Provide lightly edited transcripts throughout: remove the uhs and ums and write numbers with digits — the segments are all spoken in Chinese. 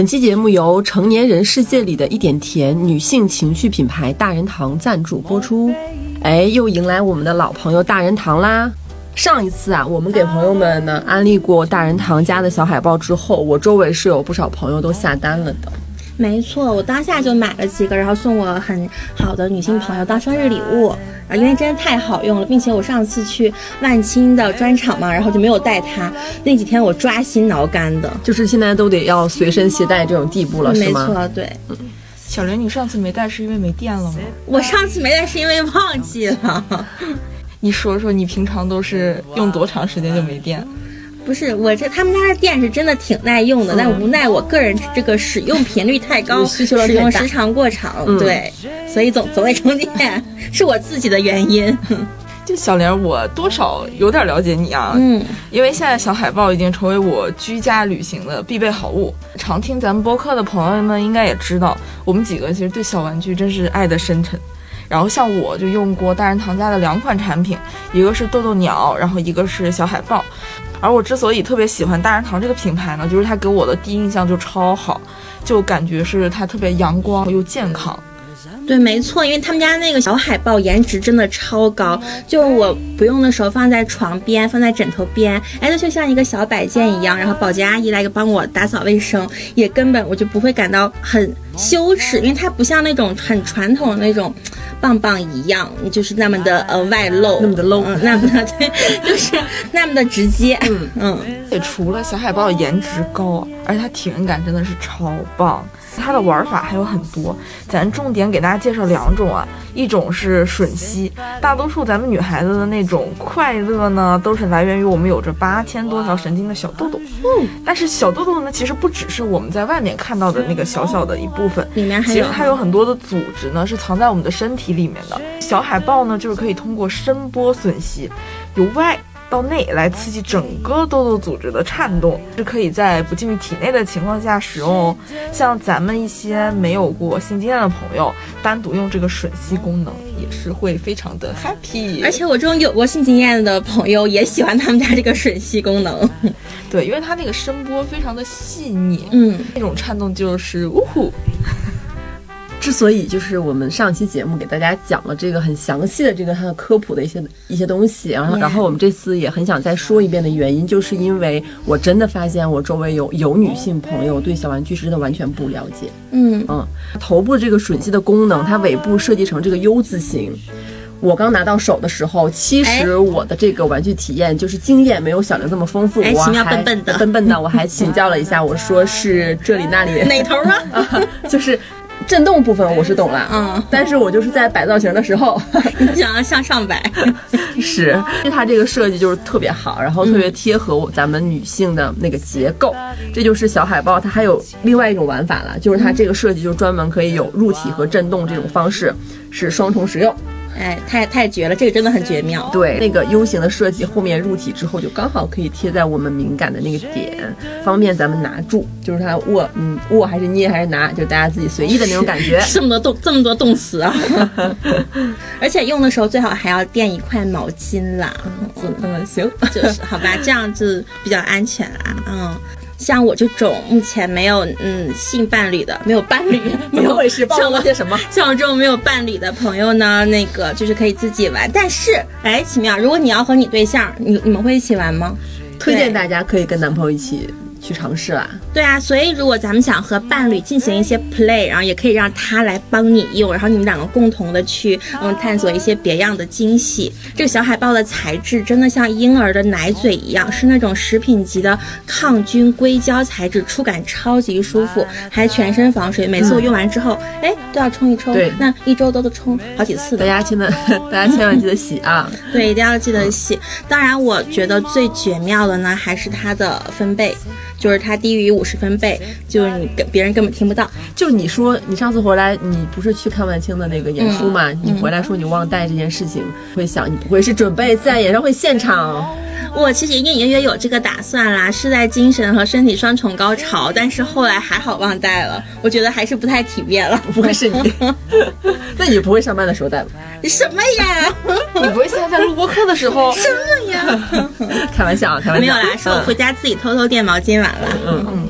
本期节目由成年人世界里的一点甜女性情趣品牌大人堂赞助播出。又迎来我们的老朋友大人堂啦。上一次啊，我们给朋友们呢安利过大人堂家的小海报之后，我周围是有不少朋友都下单了的。 没错，我当下就买了几个，然后送我很好的女性朋友当生日礼物啊，因为真的太好用了，并且我上次去万青的专场嘛，然后就没有带它，那几天我抓心挠肝的， 就是现在都得要随身携带这种地步了，是吗？ 没错，对。 小玲，你上次没带是因为没电了吗？ 我上次没带是因为忘记了。 你说说你平常都是用多长时间就没电？ 不是他们家的电是真的挺耐用的，但无奈我个人这个使用频率太高， 需求使用时长过长，对，所以总会充电，是我自己的原因。 就小玲，我多少有点了解你啊，因为现在小海报已经成为我居家旅行的必备好物。常听咱们播客的朋友们应该也知道，我们几个其实对小玩具真是爱得深沉。然后像我就用过大人堂家的2款产品，一个是豆豆鸟，然后一个是小海豹。而我之所以特别喜欢大人堂这个品牌呢，就是它给我的第一印象就超好，就感觉是它特别阳光又健康。 对，没错，因为他们家那个小海豹颜值真的超高，就我不用的时候放在床边，放在枕头边，它就像一个小摆件一样，然后保洁阿姨来帮我打扫卫生，也根本我就不会感到很羞耻，因为它不像那种很传统的那种棒棒一样，就是那么的外露， 那么的 low， 那么的对，就是那么的直接。 也除了小海豹的颜值高，而且它体验感真的是超棒。它的玩法还有很多，咱重点给大家介绍2种啊，一种是吮吸，大多数咱们女孩子的那种快乐呢，都是来源于我们有着8000多条神经的小豆豆。但是小豆豆呢，其实不只是我们在外面看到的那个小小的一部分， 里面还有， 其实它有很多的组织呢，是藏在我们的身体里面的。小海豹呢，就是可以通过声波吮吸，由外到内来刺激整个豆豆组织的颤动，是可以在不进入体内的情况下使用哦。像咱们一些没有过性经验的朋友，单独用这个吮吸功能也是会非常的 happy。 而且我这种有过性经验的朋友也喜欢他们家这个吮吸功能。 对，因为它那个声波非常的细腻，那种颤动就是呜呼。 之所以就是我们上期节目给大家讲了这个很详细的这个它的科普的一些东西，然后我们这次也很想再说一遍的原因，就是因为我真的发现我周围有女性朋友对小玩具是真的完全不了解。头部这个吮吸的功能，它尾部设计成这个 U 字形。我刚拿到手的时候，其实我的这个玩具体验就是经验没有小玲这么丰富，我还笨笨的，我还请教了一下，我说是这里那里哪头啊？ 就是震动部分我是懂了，但是我就是在摆造型的时候， 你想要向上摆， 是它这个设计就是特别好，然后特别贴合咱们女性的那个结构。这就是小海豹，它还有另外一种玩法了，就是它这个设计就专门可以有入体和震动这种方式，是双重使用。 太绝了，这个真的很绝妙。 对，那个 U 型的设计后面入体之后就刚好可以贴在我们敏感的那个点，方便咱们拿住，就是它握还是捏还是拿，就大家自己随意的那种感觉。 这么多动词啊！而且用的时候最好还要垫一块毛巾啦。 行， 就是好吧，这样子比较安全啦。像我这种目前没有性伴侣的，没有伴侣， 没有是暴露了些什么？ 像我这种没有伴侣的朋友呢，那个就是可以自己玩。但是，奇妙，如果你要和你对象，你们会一起玩吗？ 推荐大家可以跟男朋友一起去尝试啦。 对啊，所以如果咱们想和伴侣进行一些 play， 然后也可以让他来帮你用，然后你们2个共同的去探索一些别样的惊喜。这个小海豹的材质真的像婴儿的奶嘴一样，是那种食品级的抗菌硅胶材质，触感超级舒服，还全身防水。每次我用完之后，都要冲一冲， 对， 那1周都冲好几次的。 大家千万记得洗啊！ 对，一定要记得洗。当然，我觉得最绝妙的呢，还是它的分贝。就是它低于50分贝，就是你别人根本听不到。 就你说你上次回来，你不是去看万青的那个演出嘛？你回来说你忘带这件事情，会想你不会是准备在演唱会现场？ 我其实隐隐约约有这个打算啦，是在精神和身体双重高潮，但是后来还好忘带了，我觉得还是不太体面了。 不会是你？那你不会上班的时候带吗？ 什么呀？ 你不会现在在录播课的时候？ 什么呀？ 开玩笑啊，开玩笑。 没有啦，是我回家自己偷偷垫毛巾完了。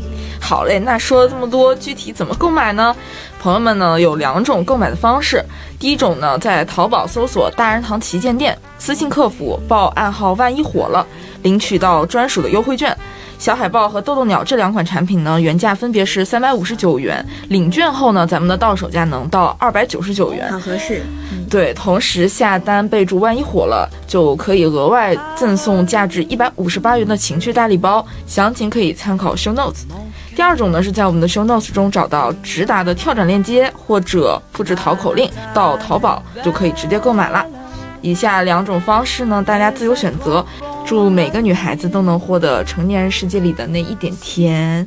好嘞，那说了这么多，具体怎么购买呢？朋友们呢有2种购买的方式。第一种呢，在淘宝搜索大人堂旗舰店，私信客服报暗号万一火了，领取到专属的优惠券。小海豹和豆豆鸟这2款产品呢，原价分别是359元，领券后呢，咱们的到手价能到299元， 好合适。 对，同时下单备注万一火了，就可以额外赠送价值158元的情趣大礼包，详情可以参考 show notes。第二种呢，是在我们的 show notes 中找到直达的跳转链接，或者复制淘口令到淘宝就可以直接购买啦。以下2种方式呢，大家自由选择。祝每个女孩子都能获得成年人世界里的那一点甜。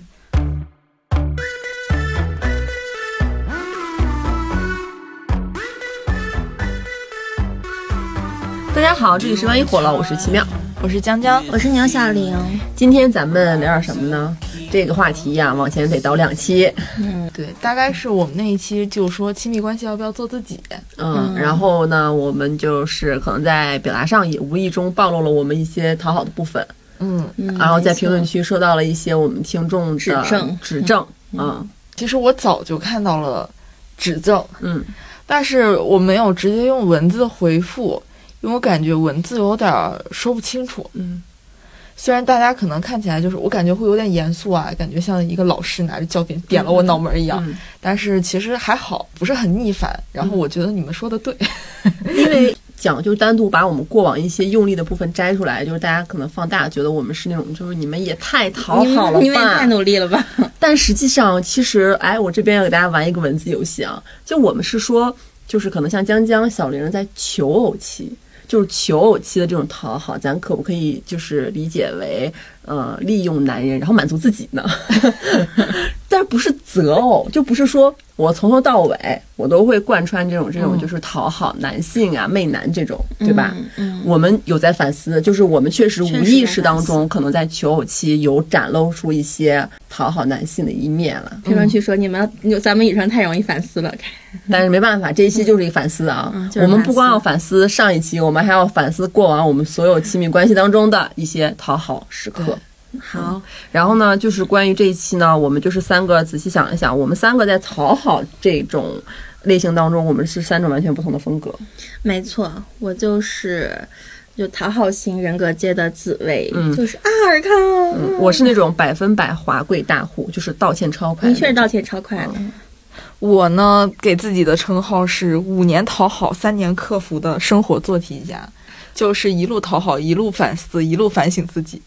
大家好，这里是万一火了，我是奇妙， 我是江江， 我是牛小玲。 今天咱们聊点什么呢？这个话题呀，往前得倒2期。 对，大概是我们那一期就说亲密关系要不要做自己。 然后呢，我们就是可能在表达上也无意中暴露了我们一些讨好的部分。然后在评论区收到了一些我们听众的指正。 其实我早就看到了指正，但是我没有直接用文字回复，因为我感觉文字有点说不清楚。虽然大家可能看起来就是我感觉会有点严肃啊，感觉像一个老师拿着教鞭点了我脑门一样，但是其实还好，不是很逆反。然后我觉得你们说的对， 因为讲就单独把我们过往一些用力的部分摘出来，就是大家可能放大觉得我们是那种就是你们也太讨好了吧， 你们也太努力了吧。 但实际上其实我这边要给大家玩一个文字游戏啊，就我们是说就是可能像江江小玲在求偶期，就是求偶期的这种讨好，咱可不可以就是理解为利用男人然后满足自己呢？但是不是择偶，就不是说我从头到尾我都会贯穿这种就是讨好男性啊媚男这种，对吧？我们有在反思，就是我们确实无意识当中可能在求偶期有展露出一些讨好男性的一面了。 评论区说咱们女生太容易反思了， 但是没办法，这一期就是一个反思啊。我们不光要反思上一期，我们还要反思过往我们所有亲密关系当中的一些讨好时刻。 好， 然后呢，就是关于这一期呢，我们就是3个仔细想一想，我们3个在讨好这种类型当中，我们是3种完全不同的风格。 没错，我就讨好型人格界的紫薇，就是阿尔康。 我是那种100%华贵大户，就是道歉超快。 你确实道歉超快的。 我呢，给自己的称号是5年讨好3年克服的生活做题家，就是一路讨好，一路反思，一路反省自己。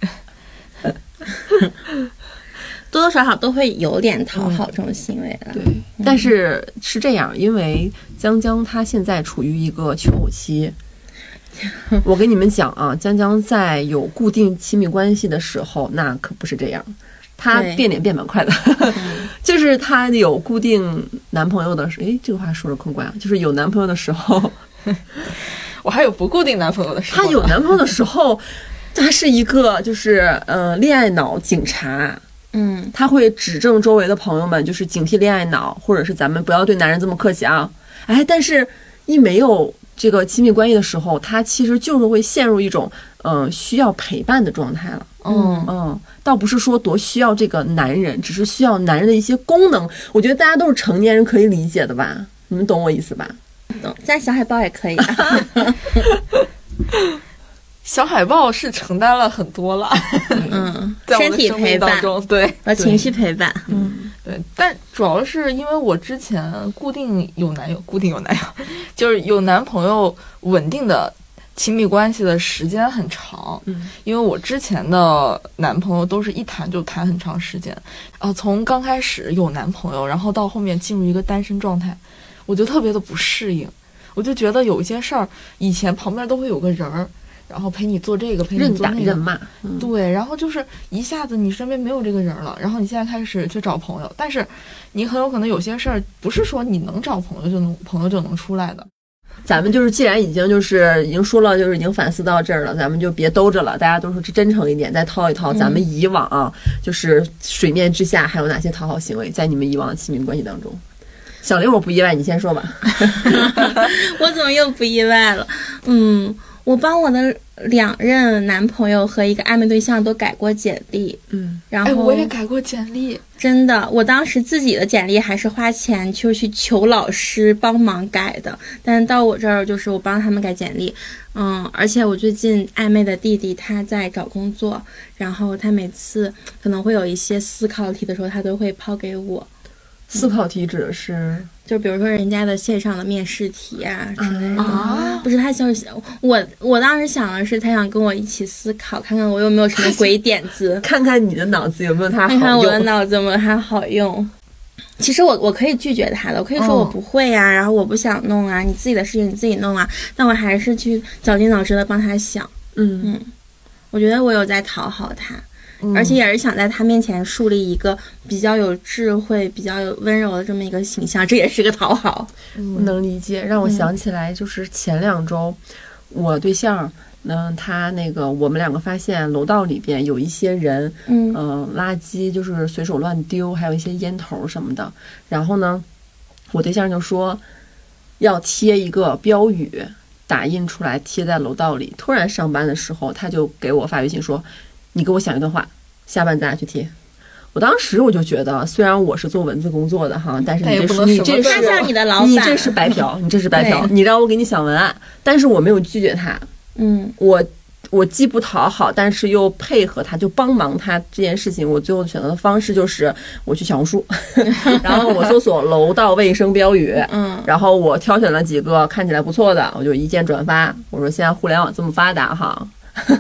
多多少少都会有点讨好这种行为的。 对，但是是这样，因为江江他现在处于一个求偶期。我跟你们讲啊，江江在有固定亲密关系的时候，那可不是这样，他变脸变蛮快的。就是他有固定男朋友的时候，这个话说的更怪啊，就是有男朋友的时候， 我还有不固定男朋友的时候。 他有男朋友的时候，他是一个就是恋爱脑警察。他会指正周围的朋友们，就是警惕恋爱脑，或者是咱们不要对男人这么客气啊。但是一没有这个亲密关系的时候，他其实就是会陷入一种需要陪伴的状态了。倒不是说多需要这个男人，只是需要男人的一些功能。我觉得大家都是成年人，可以理解的吧？你们懂我意思吧？ 懂，在小海豹也可以。 小海豹是承担了很多了，在我的生命当中，对， 和情绪陪伴， 对。但主要是因为我之前固定有男友，就是有男朋友稳定的亲密关系的时间很长。因为我之前的男朋友都是一谈就谈很长时间，从刚开始有男朋友，然后到后面进入一个单身状态，我就特别的不适应，我就觉得有一些事儿，以前旁边都会有个人儿。然后陪你做这个，陪你做那个， 任打任骂， 对，然后就是一下子你身边没有这个人了，然后你现在开始去找朋友，但是你很有可能有些事儿不是说你能找朋友就能出来的。 咱们就是既然已经说了，就是已经反思到这儿了，咱们就别兜着了，大家都是真诚一点，再掏一掏咱们以往就是水面之下还有哪些讨好行为在你们以往的亲密关系当中。小玲我不意外，你先说吧。 我怎么又不意外了？ 我帮我的2任男朋友和一个暧昧对象都改过简历，然后我也改过简历， 真的，我当时自己的简历还是花钱就去求老师帮忙改的，但是到我这儿就是我帮他们改简历，而且我最近暧昧的弟弟他在找工作，然后他每次可能会有一些思考题的时候，他都会抛给我。 思考题指的是， 就比如说人家的线上的面试题啊之类的，不是他就是我当时想的是他想跟我一起思考，看看我有没有什么鬼点子， 看看你的脑子有没有他好用， 看看我的脑子有没有他好用。其实我可以拒绝他的，我可以说我不会啊，然后我不想弄啊，你自己的事情你自己弄啊，但我还是去绞尽脑汁的帮他想。我觉得我有在讨好他。而且也是想在他面前树立一个比较有智慧、比较有温柔的这么一个形象，这也是个讨好。 能理解，让我想起来，就是前2周，我对象，他那个我们2个发现楼道里边有一些人，垃圾就是随手乱丢，还有一些烟头什么的。然后呢，我对象就说要贴一个标语，打印出来贴在楼道里。突然上班的时候，他就给我发微信说，你给我想一段话，下班咱俩去贴。我当时我就觉得，虽然我是做文字工作的哈，但是你这是他像你的老板， 你这是白嫖，你这是白嫖，你让我给你想文案，但是我没有拒绝他。我既不讨好，但是又配合他，就帮忙他这件事情。我最后选择的方式就是我去小红书，然后我搜索楼道卫生标语，然后我挑选了几个看起来不错的，我就一键转发。我说现在互联网这么发达哈。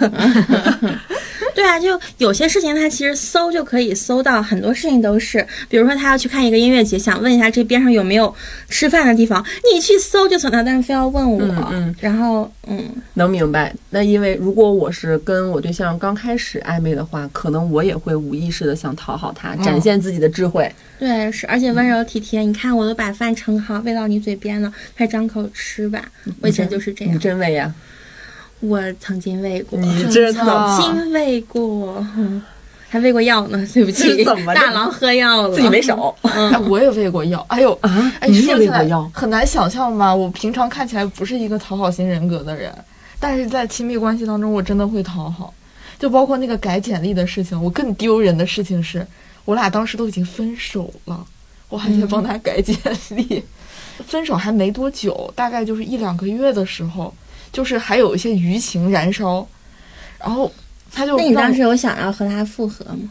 对啊，就有些事情他其实搜就可以搜到，很多事情都是，比如说他要去看一个音乐节，想问一下这边上有没有吃饭的地方，你去搜就行了，但是非要问我，然后能明白。那因为如果我是跟我对象刚开始暧昧的话，可能我也会无意识的想讨好他，展现自己的智慧。 对，是，而且温柔体贴。你看我都把饭盛好，喂到你嘴边了，快张口吃吧。我以前就是这样。 你真喂呀？ 我曾经喂过， 你真曾经喂过，还喂过药呢。对不起，大郎喝药了， 自己没手。 我也喂过药。哎呦啊！ 你也喂过药， 很难想象吧？我平常看起来不是一个讨好型人格的人，但是在亲密关系当中，我真的会讨好。就包括那个改简历的事情，我更丢人的事情是，我俩当时都已经分手了，我还在帮他改简历。分手还没多久，大概就是1-2个月的时候。就是还有一些余情燃烧，然后他就…… 那你当时有想要和他复合吗？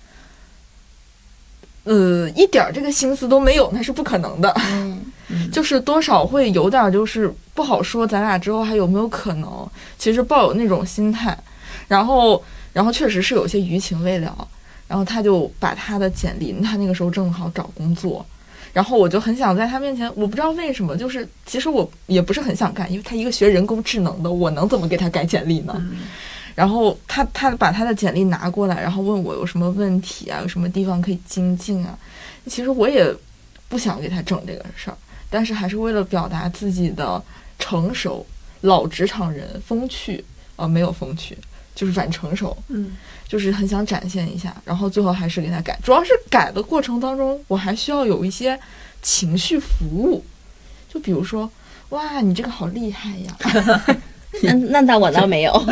一点这个心思都没有，那是不可能的。就是多少会有点，就是不好说，咱俩之后还有没有可能？其实抱有那种心态，然后确实是有些余情未了，然后他就把他的简历，他那个时候正好找工作。然后我就很想在他面前，我不知道为什么，就是其实我也不是很想干，因为他一个学人工智能的，我能怎么给他改简历呢？然后他把他的简历拿过来，然后问我有什么问题啊，有什么地方可以精进啊。其实我也不想给他整这个事儿，但是还是为了表达自己的成熟，老职场人风趣没有风趣，就是软成熟，就是很想展现一下，然后最后还是给他改。主要是改的过程当中，我还需要有一些情绪服务，就比如说，哇，你这个好厉害呀！ 那我倒没有。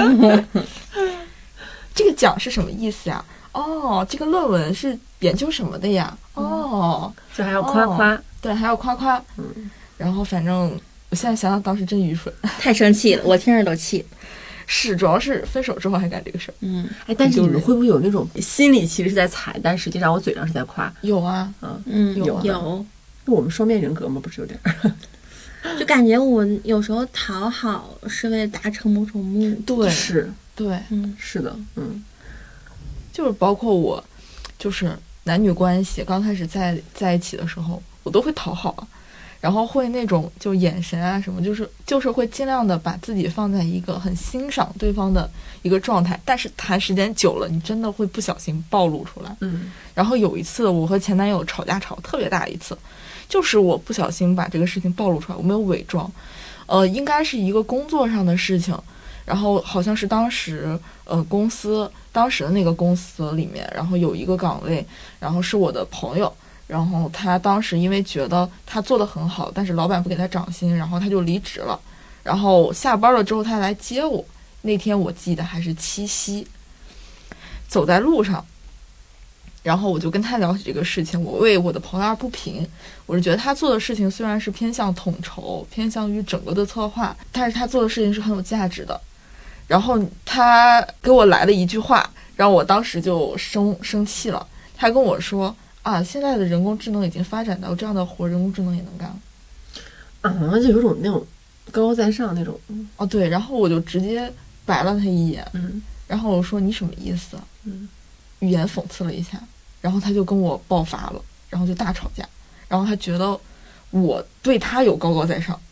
这个奖是什么意思呀？哦，这个论文是研究什么的呀？哦， 这还要夸夸， 对，还要夸夸。然后反正我现在想想当时真愚蠢， 太生气了，我听着都气。 是，主要是分手之后还干这个事儿。 但是你们会不会有那种心里其实是在踩，但实际上我嘴上是在夸？ 有啊， 有。 我们双面人格吗？不是有点？ 就感觉我有时候讨好是为了达成某种目的。 对， 是， 对， 是的， 就是包括我，就是男女关系刚开始在一起的时候，我都会讨好。然后会那种就眼神啊什么，就是会尽量的把自己放在一个很欣赏对方的一个状态，但是谈时间久了，你真的会不小心暴露出来。然后有一次我和前男友吵架吵特别大一次，就是我不小心把这个事情暴露出来，我没有伪装，应该是一个工作上的事情，然后好像是当时当时的那个公司里面，然后有一个岗位，然后是我的朋友。然后他当时因为觉得他做得很好，但是老板不给他涨薪，然后他就离职了。 然后下班了之后他来接我。那天我记得还是七夕，走在路上，然后我就跟他聊起这个事情，我为我的朋友而不平。我是觉得他做的事情虽然是偏向统筹，偏向于整个的策划，但是他做的事情是很有价值的。然后他给我来了一句话，让我当时就生气了。他跟我说啊，现在的人工智能已经发展到这样的活，人工智能也能干了。 啊，就有种那种高高在上那种。 哦，对，然后我就直接白了他一眼，然后我说你什么意思？语言讽刺了一下，然后他就跟我爆发了，然后就大吵架，然后他觉得我对他有高高在上。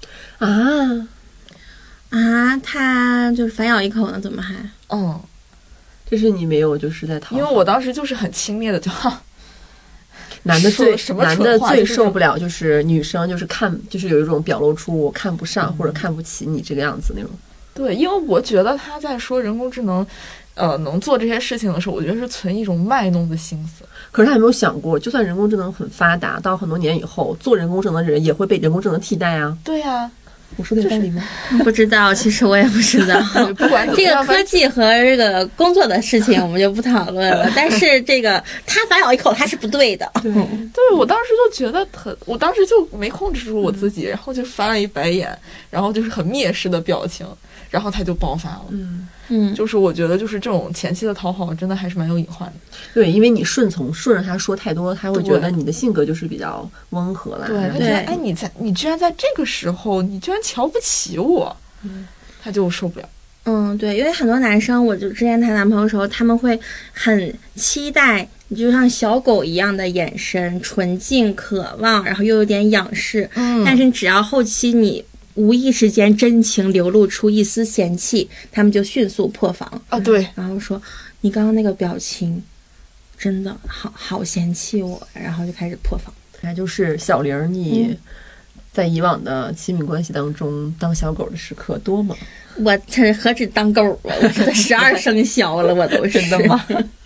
他就是反咬一口呢，怎么还？ 这是你没有就是在讨好， 因为我当时就是很轻蔑的就男的最就是受不了就是女生就是有一种表露出我看不上或者看不起你这个样子那种。 对，因为我觉得他在说人工智能能做这些事情的时候，我觉得是存一种卖弄的心思。 可是他有没有想过，就算人工智能很发达，到很多年以后，做人工智能的人也会被人工智能替代啊？ 对呀， 我说的有道理吗？ 不知道，其实我也不知道。 不管这个科技和这个工作的事情，我们就不讨论了。但是这个他反咬一口，他是不对的。 对，我当时就觉得我当时就没控制住我自己，然后就翻了一白眼，然后就是很蔑视的表情，然后他就爆发了。就是我觉得就是这种前期的讨好真的还是蛮有隐患的。 对，因为你顺着他说太多，他会觉得你的性格就是比较温和啦。 对，他觉得哎，你居然在这个时候，你居然瞧不起我，他就受不了。 对，因为很多男生，我就之前谈男朋友的时候，他们会很期待你就像小狗一样的眼神，纯净渴望，然后又有点仰视。但是只要后期你无意之间真情流露出一丝嫌弃，他们就迅速破防啊！对， 然后说你刚刚那个表情真的好嫌弃我，然后就开始破防。 那就是小玲，你在以往的亲密关系当中当小狗的时刻多吗？ 我这何止当狗啊，我这12生肖了，我都是。 真的吗？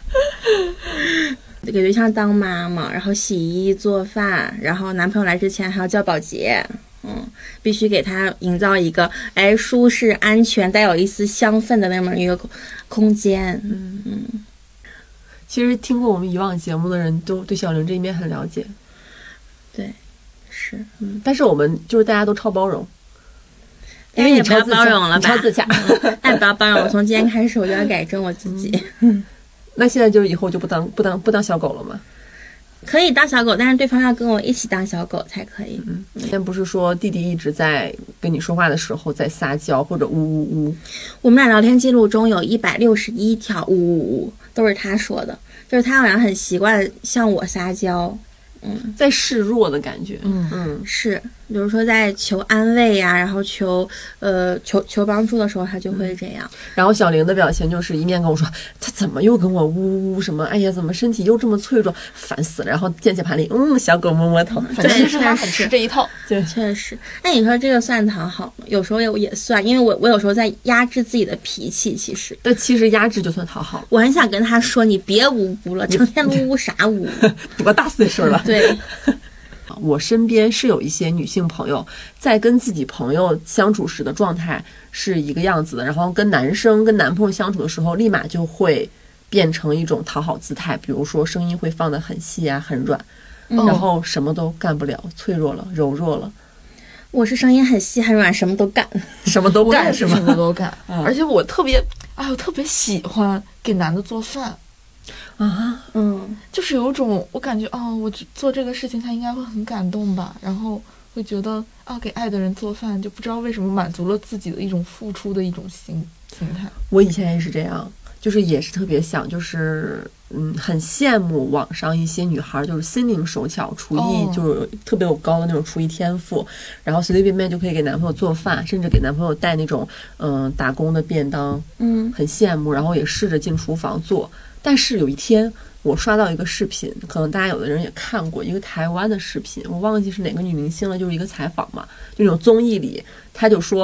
给对象当妈妈，然后洗衣做饭，然后男朋友来之前还要叫保洁。必须给他营造一个舒适、安全、带有一丝香氛的那么一个空间。 其实听过我们以往节目的人都对小玲这一面很了解。 对，是。 但是我们就是大家都超包容，因为你超包容了吧？ 你超自洽。 但不要包容，我从今天开始我就要改正我自己。 那现在就以后就不当小狗了吗？ 可以当小狗，但是对方要跟我一起当小狗才可以。 今天不是说弟弟一直在跟你说话的时候在撒娇或者呜呜呜？ 我们俩聊天记录中有161条呜呜呜，都是他说的，就是他好像很习惯向我撒娇。 在示弱的感觉。 是，比如说在求安慰呀，然后求帮助的时候，他就会这样。 然后小玲的表情就是一面跟我说他怎么又跟我呜呜什么，哎呀怎么身体又这么脆弱，烦死了。然后键盘里小狗摸摸头， 反正就是他很吃这一套。 对，确实。那你说这个算讨好吗？有时候也算，因为我有时候在压制自己的脾气，其实压制就算讨好。 我很想跟他说你别呜呜了，成天呜呜啥呜？ 多大岁数了？ 对。 我身边是有一些女性朋友在跟自己朋友相处时的状态是一个样子的，然后跟男朋友相处的时候立马就会变成一种讨好姿态，比如说声音会放得很细啊很软，然后什么都干不了，脆弱了柔弱了。 我是声音很细很软，什么都干， 什么都干是吗？ 什么都干。而且我特别喜欢给男的做饭啊。 就是有种我感觉我做这个事情他应该会很感动吧，然后会觉得给爱的人做饭，就不知道为什么满足了自己的一种付出的一种心态。 我以前也是这样，就是也是特别想，就是很羡慕网上一些女孩，就是心灵手巧，厨艺就是特别有高的那种厨艺天赋，然后随随便便就可以给男朋友做饭，甚至给男朋友带那种打工的便当，很羡慕，然后也试着进厨房做。但是有一天我刷到一个视频，可能大家有的人也看过，一个台湾的视频，我忘记是哪个女明星了，就是一个采访嘛，就那种综艺里，她就说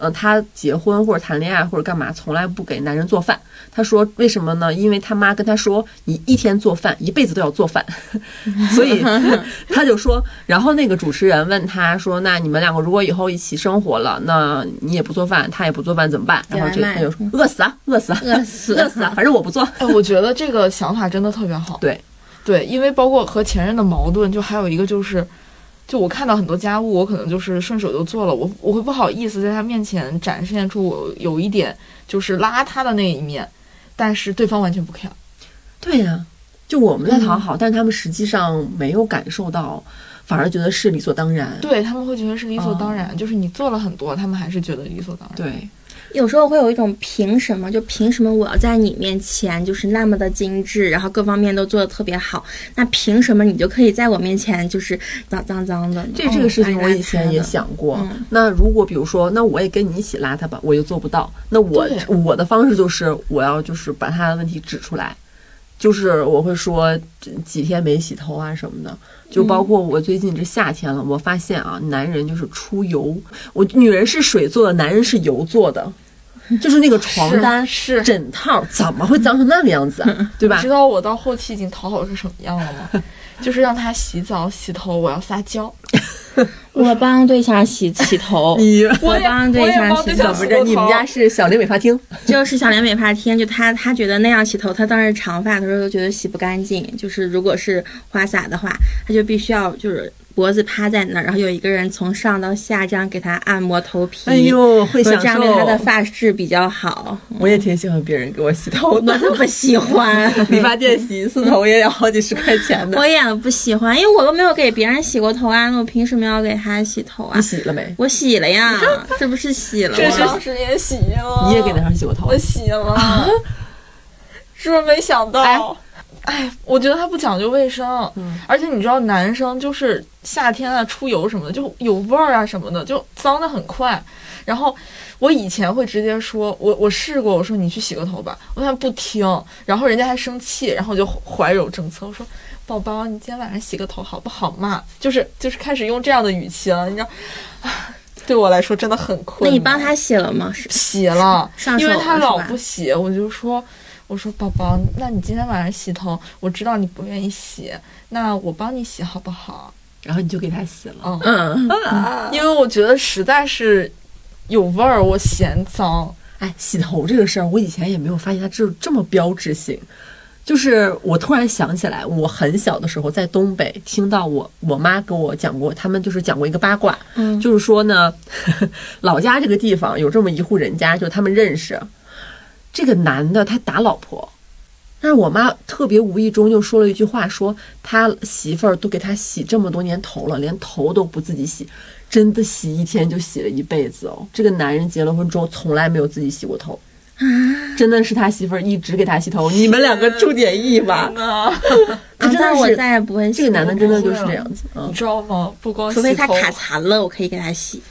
她结婚或者谈恋爱或者干嘛，从来不给男人做饭。她说为什么呢？因为她妈跟她说，你一天做饭，一辈子都要做饭。所以她就说，然后那个主持人问她说，那你们两个如果以后一起生活了，那你也不做饭，他也不做饭怎么办？然后她就说饿死啊，饿死啊，饿死饿死啊，反正我不做。 我觉得这个想法真的特别好。对，因为包括和前任的矛盾，就还有一个就是。就我看到很多家务，我可能就是顺手就做了，我会不好意思在他面前展现出我有一点就是邋遢的那一面，但是对方完全不 care。 对呀，就我们在讨好，但他们实际上没有感受到，反而觉得是理所当然。 对，他们会觉得是理所当然，就是你做了很多，他们还是觉得理所当然。 对。 有时候会有一种凭什么，就凭什么我要在你面前就是那么的精致，然后各方面都做得特别好，那凭什么你就可以在我面前就是脏的？ 这个事情我以前也想过。那如果比如说，那我也跟你一起邋遢吧，我又做不到，那我的方式就是我要就是把他的问题指出来，就是我会说几天没洗头啊什么的。就包括我最近这夏天了，我发现啊，男人就是出油，女人是水做的，男人是油做的，就是那个床单是枕套怎么会脏成那个样子啊，对吧？ 你知道我到后期已经讨好是什么样了吗？就是让他洗澡洗头，我要撒娇。 我帮对象洗头，我帮对象洗头。 不是，你们家是小玲美发厅？ 就是小玲美发厅，就他觉得那样洗头，他当时长发的时候都觉得洗不干净，就是如果是花洒的话，他就必须要就是脖子趴在那儿，然后有一个人从上到下这样给他按摩头皮。 哎呦，会享受， 这样对他的发质比较好。 我也挺喜欢别人给我洗头的， 我都不喜欢。 理发店洗一次头也要好几十块钱的。 我也不喜欢，因为我都没有给别人洗过头啊，那我凭什么要给他洗头啊？ 你洗了没？ 我洗了呀，这不是洗了吗？ 这长时间洗了。 你也给男生洗过头？ 我洗了。是不是没想到？哎，我觉得他不讲究卫生，而且你知道，男生就是夏天啊出油什么的，就有味儿啊什么的，就脏得很快。然后我以前会直接说，我试过，我说你去洗个头吧，我他不听，然后人家还生气，然后我就怀柔政策，我说宝宝，你今天晚上洗个头好不好嘛？就是开始用这样的语气了，你知道。对我来说真的很困难。 那你帮他洗了吗？ 洗了，因为他老不洗，我说宝宝，那你今天晚上洗头，我知道你不愿意洗，那我帮你洗好不好？ 然后你就给他洗了。 因为我觉得实在是有味儿，我嫌脏。 哎，洗头这个事儿，我以前也没有发现它这么标志性。就是我突然想起来，我很小的时候在东北听到我妈跟我讲过，他们就是讲过一个八卦，就是说呢，老家这个地方有这么一户人家，就他们认识。这个男的他打老婆，但是我妈特别无意中就说了一句话，说他媳妇儿都给他洗这么多年头了，连头都不自己洗，真的洗一天就洗了一辈子哦。这个男人结了婚之后从来没有自己洗过头，真的是他媳妇儿一直给他洗头。你们两个出点意吧。 真的我再也不会洗。 这个男的真的就是这样子， 你知道吗？不光洗头， 除非他卡残了，我可以给他洗。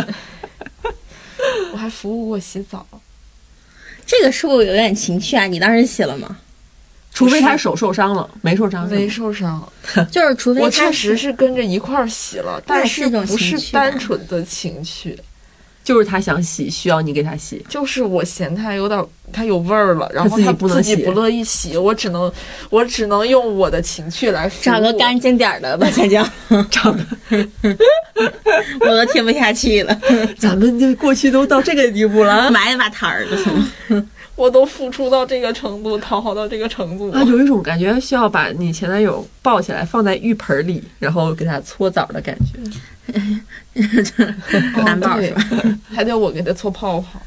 我还服务过洗澡。 这个是不是有点情趣啊？你当时洗了吗？ 除非他手受伤了，没受伤， 没受伤， 就是除非他我确实是跟着一块儿洗了，但是不是单纯的情趣， 就是他想洗，需要你给他洗， 就是我嫌他有味儿了，然后他自己不乐意洗，我只能用我的情趣来服务。 找个干净点的吧，佳佳， 找个， 我都听不下去了。 咱们就过去都到这个地步了， 埋一把摊儿了。 我都付出到这个程度，讨好到这个程度啊，有一种感觉需要把你前男友抱起来放在浴盆里，然后给他搓澡的感觉。 难抱是吧？ 还得我给他搓泡泡。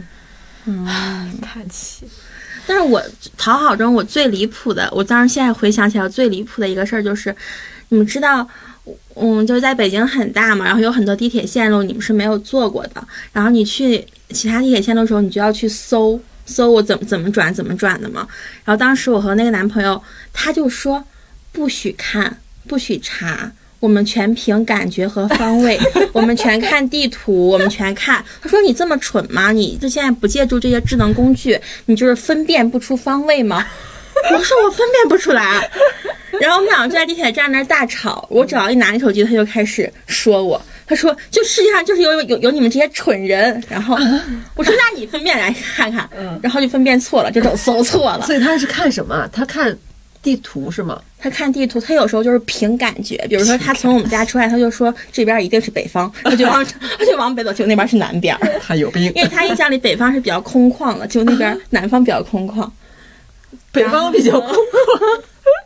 叹气。但是我讨好中我最离谱的，我当时现在回想起来最离谱的一个事儿就是，你们知道，就是在北京很大嘛，然后有很多地铁线路你们是没有坐过的，然后你去其他地铁线路的时候，你就要去搜我怎么转的嘛。然后当时我和那个男朋友，他就说不许看，不许查。我们全凭感觉和方位，我们全看地图，我们全看。他说：“你这么蠢吗？你就现在不借助这些智能工具，你就是分辨不出方位吗？” 我说我分辨不出来。然后我们俩就在地铁站那儿大吵，我只要一拿你手机，他就开始说我，他说就世界上就是有你们这些蠢人。然后我说那你分辨来看看，然后就分辨错了，就搜错了。 所以他是看什么？他看地图是吗？ 他看地图，他有时候就是凭感觉，比如说他从我们家出来，他就说这边一定是北方，他就往北走，结果那边是南边。 他有病， 因为他印象里北方是比较空旷的，就那边南方比较空旷， 北方比较空旷。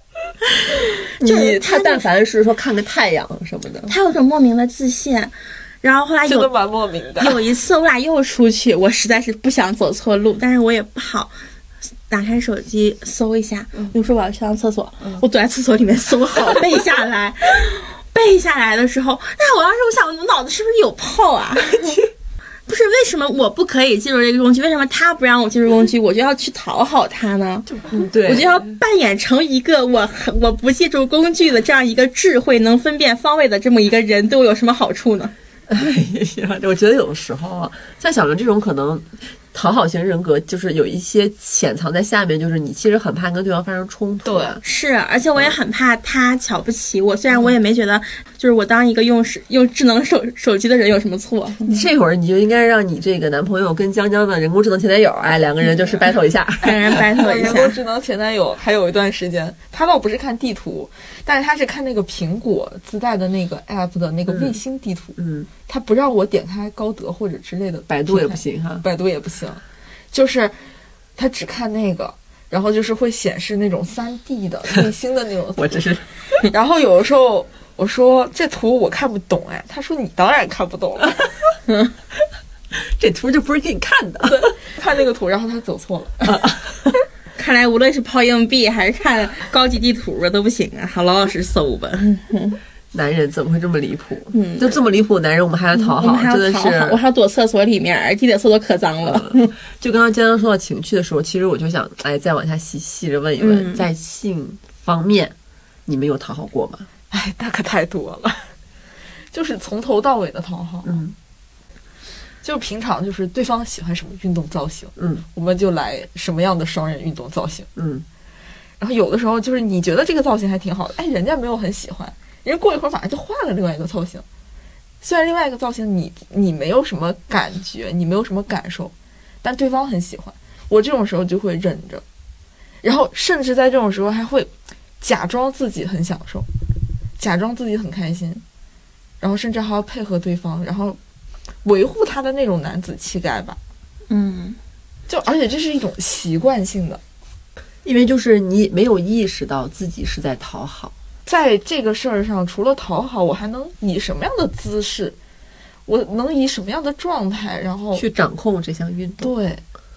他但凡是说看个太阳什么的， 他有种莫名的自信。然后后来真的蛮莫名的。 有一次我俩又出去，我实在是不想走错路，但是我也不好打开手机搜一下，就说我要去趟厕所，我躲在厕所里面搜好背下来。背下来的时候，那我当时我想，我脑子是不是有泡啊？不是，为什么我不可以记住这个工具？为什么他不让我记住工具，我就要去讨好他呢？ 对，我就要扮演成一个我不记住工具的这样一个智慧能分辨方位的这么一个人，对我有什么好处呢？ 哎呀，我觉得有的时候啊，像小刘这种可能讨好型人格，就是有一些潜藏在下面，就是你其实很怕跟对方发生冲突。 对， 是，而且我也很怕他瞧不起我，虽然我也没觉得就是我当一个用智能手机的人有什么错。 这会儿你就应该让你这个男朋友跟江江的人工智能前男友，两个人就是 battle 一下， 两人 battle 一下。 人工智能前男友还有一段时间，他倒不是看地图，但是他是看那个苹果自带的那个 app 的那个卫星地图。他不让我点开高德或者之类的， 百度也不行哈， 百度也不行，就是他只看那个，然后就是会显示那种3D 的卫星的那种我只是， 然后有的时候我说这图我看不懂，他说你当然看不懂了， 这图就不是给你看的， 看那个图，然后他走错了。 看来无论是抛硬币还是看高级地图都不行啊，好老实搜吧。 男人怎么会这么离谱？就这么离谱的男人，我们还要讨好，真的是。 我还要躲厕所里面，地铁厕所可脏了。 就刚刚江江说到情趣的时候，其实我就想，再往下细着问一问，在性方面，你们有讨好过吗？ 那可太多了，就是从头到尾的讨好。就平常就是对方喜欢什么运动造型，我们就来什么样的双人运动造型，然后有的时候就是你觉得这个造型还挺好的，人家没有很喜欢。人家过一会儿反而就换了另外一个造型，虽然另外一个造型你没有什么感觉，你没有什么感受，但对方很喜欢。我这种时候就会忍着，然后甚至在这种时候还会假装自己很享受，假装自己很开心，然后甚至还要配合对方，然后维护他的那种男子气概吧。就而且这是一种习惯性的， 因为就是你没有意识到自己是在讨好。 在这个事儿上，除了讨好，我还能以什么样的姿势，我能以什么样的状态，然后去掌控这项运动？ 对，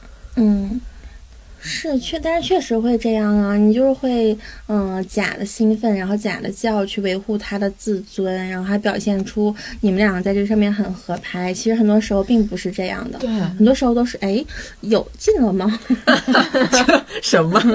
但是确实会这样啊，你就是会假的兴奋，然后假的叫去维护他的自尊，然后还表现出你们两个在这上面很合拍。其实很多时候并不是这样的， 对， 很多时候都是有劲了吗？ 什么？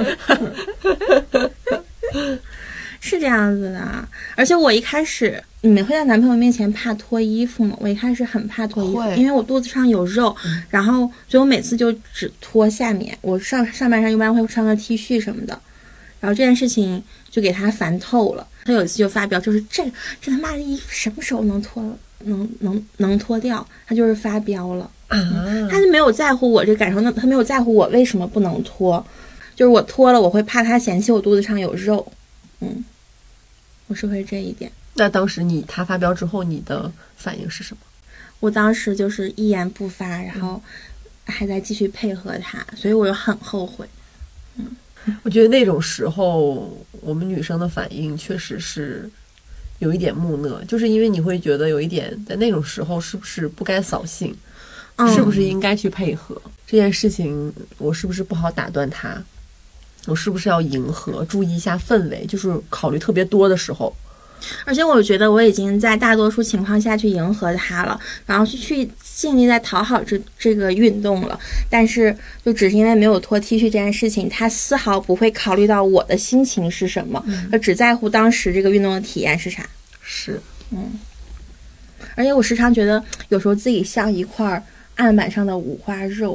是这样子的。而且我一开始，你们会在男朋友面前怕脱衣服吗？我一开始很怕脱衣服，因为我肚子上有肉，然后所以我每次就只脱下面，我上半身一般会穿个 T 恤什么的。然后这件事情就给他烦透了，他有一次就发飙，就是这他妈的衣服什么时候能脱能脱掉？他就是发飙了，他就没有在乎我这感受，他没有在乎我为什么不能脱，就是我脱了我会怕他嫌弃我肚子上有肉。我是会这一点。 那当时他发飙之后，你的反应是什么？ 我当时就是一言不发，然后还在继续配合他，所以我就很后悔。 我觉得那种时候，我们女生的反应确实是有一点木讷，就是因为你会觉得有一点，在那种时候是不是不该扫兴，是不是应该去配合这件事情？我是不是不好打断他？我是不是要迎合，注意一下氛围，就是考虑特别多的时候。 而且我觉得我已经在大多数情况下去迎合他了，然后去尽力在讨好这个运动了，但是就只是因为没有脱 T 恤这件事情，他丝毫不会考虑到我的心情是什么，他只在乎当时这个运动的体验是啥。 是， 而且我时常觉得有时候自己像一块案板上的五花肉，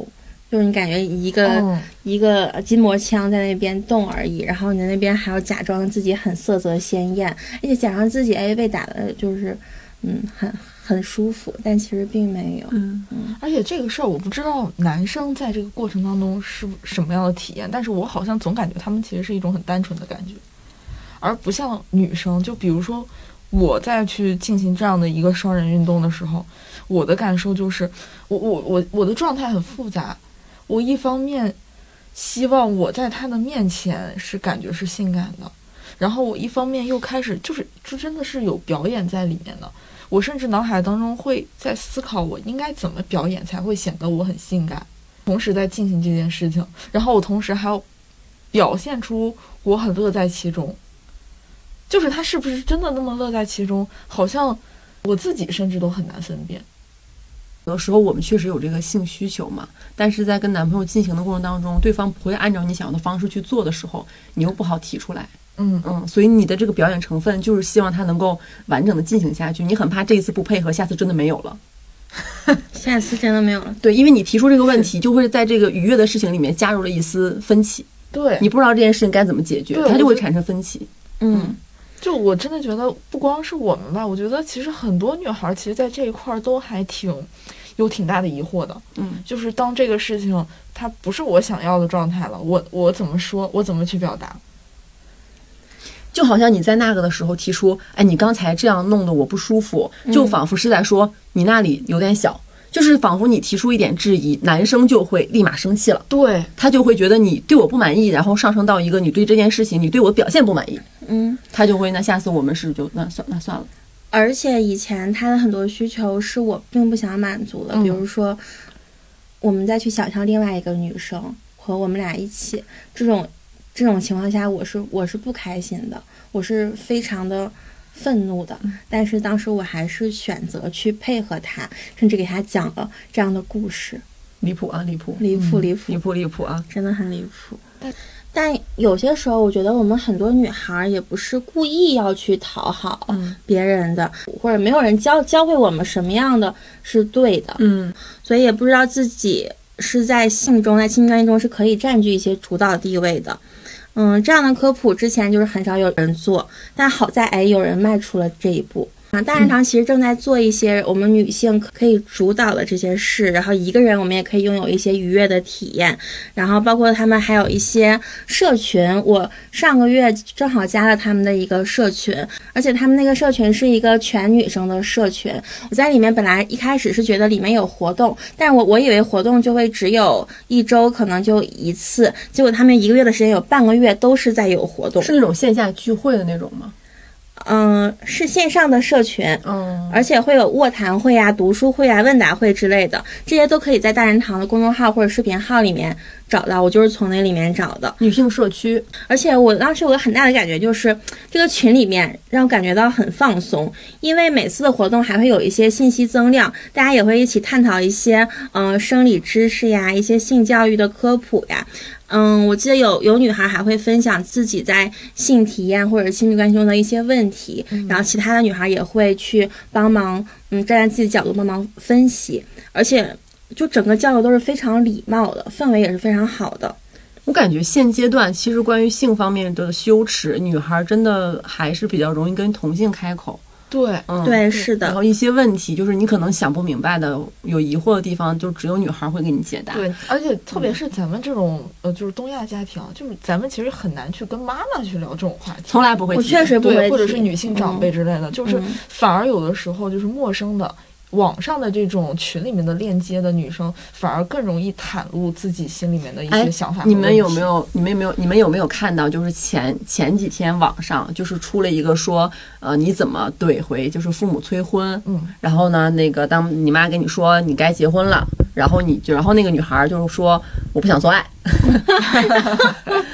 就是你感觉一个筋膜枪在那边动而已，然后你在那边还要假装自己很色泽鲜艳，而且假装自己被打的就是很舒服，但其实并没有。 而且这个事儿我不知道男生在这个过程当中是什么样的体验，但是我好像总感觉他们其实是一种很单纯的感觉，而不像女生。就比如说我在去进行这样的一个双人运动的时候，我的感受就是我的状态很复杂。我一方面希望我在他的面前是感觉是性感的，然后我一方面又开始就真的是有表演在里面的。我甚至脑海当中会在思考我应该怎么表演才会显得我很性感，同时在进行这件事情，然后我同时还要表现出我很乐在其中。就是他是不是真的那么乐在其中，好像我自己甚至都很难分辨。 有的时候我们确实有这个性需求嘛，但是在跟男朋友进行的过程当中，对方不会按照你想要的方式去做的时候，你又不好提出来。所以你的这个表演成分就是希望它能够完整的进行下去，你很怕这一次不配合，下次真的没有了。 下次真的没有了。 对，因为你提出这个问题，就会在这个愉悦的事情里面加入了一丝分歧。 对， 你不知道这件事情该怎么解决，它就会产生分歧。 就我真的觉得不光是我们吧，我觉得其实很多女孩其实在这一块都还有挺大的疑惑的。就是当这个事情它不是我想要的状态了，我怎么说，我怎么去表达。 就好像你在那个的时候提出，哎，你刚才这样弄得我不舒服，就仿佛是在说你那里有点小，就是仿佛你提出一点质疑，男生就会立马生气了。 对， 他就会觉得你对我不满意，然后上升到一个你对这件事情，你对我的表现不满意。他就会那下次我们是就那算了。 而且以前他的很多需求是我并不想满足的，比如说我们再去想象另外一个女生和我们俩一起，这种情况下我是不开心的，我是非常的愤怒的，但是当时我还是选择去配合他，甚至给他讲了这样的故事。 离谱啊，离谱啊， 真的很离谱。但有些时候我觉得我们很多女孩也不是故意要去讨好别人的，或者没有人教会我们什么样的是对的，所以也不知道自己是在性中在亲密关系中是可以占据一些主导地位的。这样的科普之前就是很少有人做，但好在有人迈出了这一步。大人堂其实正在做一些我们女性可以主导的这些事，然后一个人我们也可以拥有一些愉悦的体验，然后包括他们还有一些社群，我上个月正好加了他们的一个社群，而且他们那个社群是一个全女生的社群。我在里面本来一开始是觉得里面有活动，但是我以为活动就会只有一周可能就一次，结果他们1个月的时间有半个月都是在有活动。 是那种线下聚会的那种吗？ 是线上的社群，而且会有卧谈会啊、读书会啊、问答会之类的，这些都可以在大人堂的公众号或者视频号里面找到，我就是从那里面找的。 女性社区。 而且我当时有个很大的感觉，就是这个群里面让我感觉到很放松，因为每次的活动还会有一些信息增量，大家也会一起探讨一些生理知识呀、一些性教育的科普呀。我记得有女孩还会分享自己在性体验或者亲密关系中的一些问题，然后其他的女孩也会去帮忙，站在自己角度帮忙分析，而且就整个交流都是非常礼貌的，氛围也是非常好的。 我感觉现阶段其实关于性方面的羞耻，女孩真的还是比较容易跟同性开口。 对， 对，是的。 然后一些问题就是你可能想不明白的、有疑惑的地方，就只有女孩会给你解答。 对，而且特别是咱们这种就是东亚家庭，就是咱们其实很难去跟妈妈去聊这种话题， 从来不会提。 我确实不会提， 或者是女性长辈之类的，就是反而有的时候就是陌生的。网上的这种群里面的链接的女生反而更容易袒露自己心里面的一些想法。 你们有没有看到，就是前几天网上就是出了一个说，你怎么怼回就是父母催婚，然后呢，那个当你妈跟你说你该结婚了，然后那个女孩就是说我不想做爱。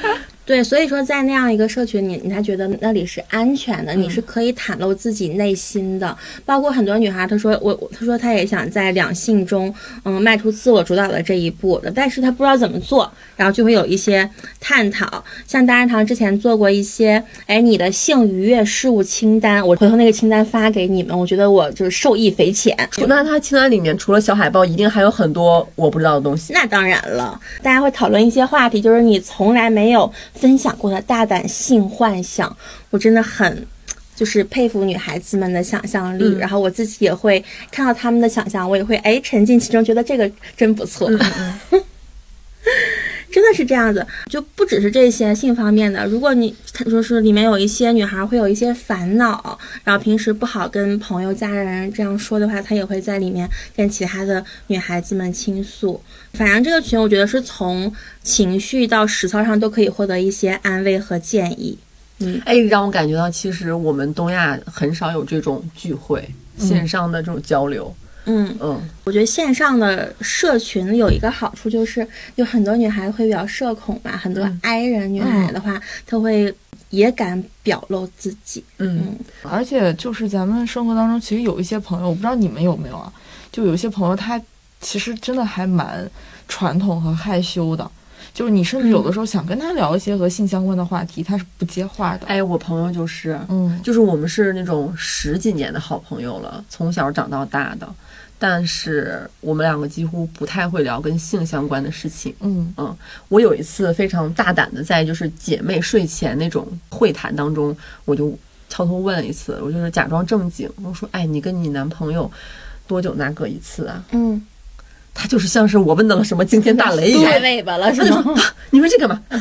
对，所以说在那样一个社群，你才觉得那里是安全的，你是可以袒露自己内心的。包括很多女孩，她说她也想在两性中，迈出自我主导的这一步的，但是她不知道怎么做，然后就会有一些探讨。像大人堂之前做过一些，你的性愉悦事务清单，我回头那个清单发给你们，我觉得我就是受益匪浅。 那它清单里面除了小海报，一定还有很多我不知道的东西。 那当然了，大家会讨论一些话题，就是你从来没有分享过的大胆性幻想，我真的很就是佩服女孩子们的想象力，然后我自己也会看到她们的想象，我也会沉浸其中，觉得这个真不错。真的是这样子，就不只是这些性方面的。如果你说是里面有一些女孩会有一些烦恼，然后平时不好跟朋友、家人这样说的话，她也会在里面跟其他的女孩子们倾诉。反正这个群，我觉得是从情绪到实操上都可以获得一些安慰和建议。 让我感觉到其实我们东亚很少有这种聚会，线上的这种交流。 我觉得线上的社群有一个好处，就是有很多女孩会比较社恐嘛，很多 I 人女孩的话，她会也敢表露自己。 而且就是咱们生活当中，其实有一些朋友，我不知道你们有没有啊，就有一些朋友他其实真的还蛮传统和害羞的。就是你甚至有的时候想跟他聊一些和性相关的话题，他是不接话的。 我朋友就是，就是我们是那种10几年的好朋友了，从小长到大的，但是我们两个几乎不太会聊跟性相关的事情。我有一次非常大胆的在就是姐妹睡前那种会谈当中，我就悄偷问了一次，我就是假装正经，我说你跟你男朋友多久拿个一次啊？他就是像是我问到了什么惊天大雷一样， 甩尾巴了是吗？ 你说这干嘛？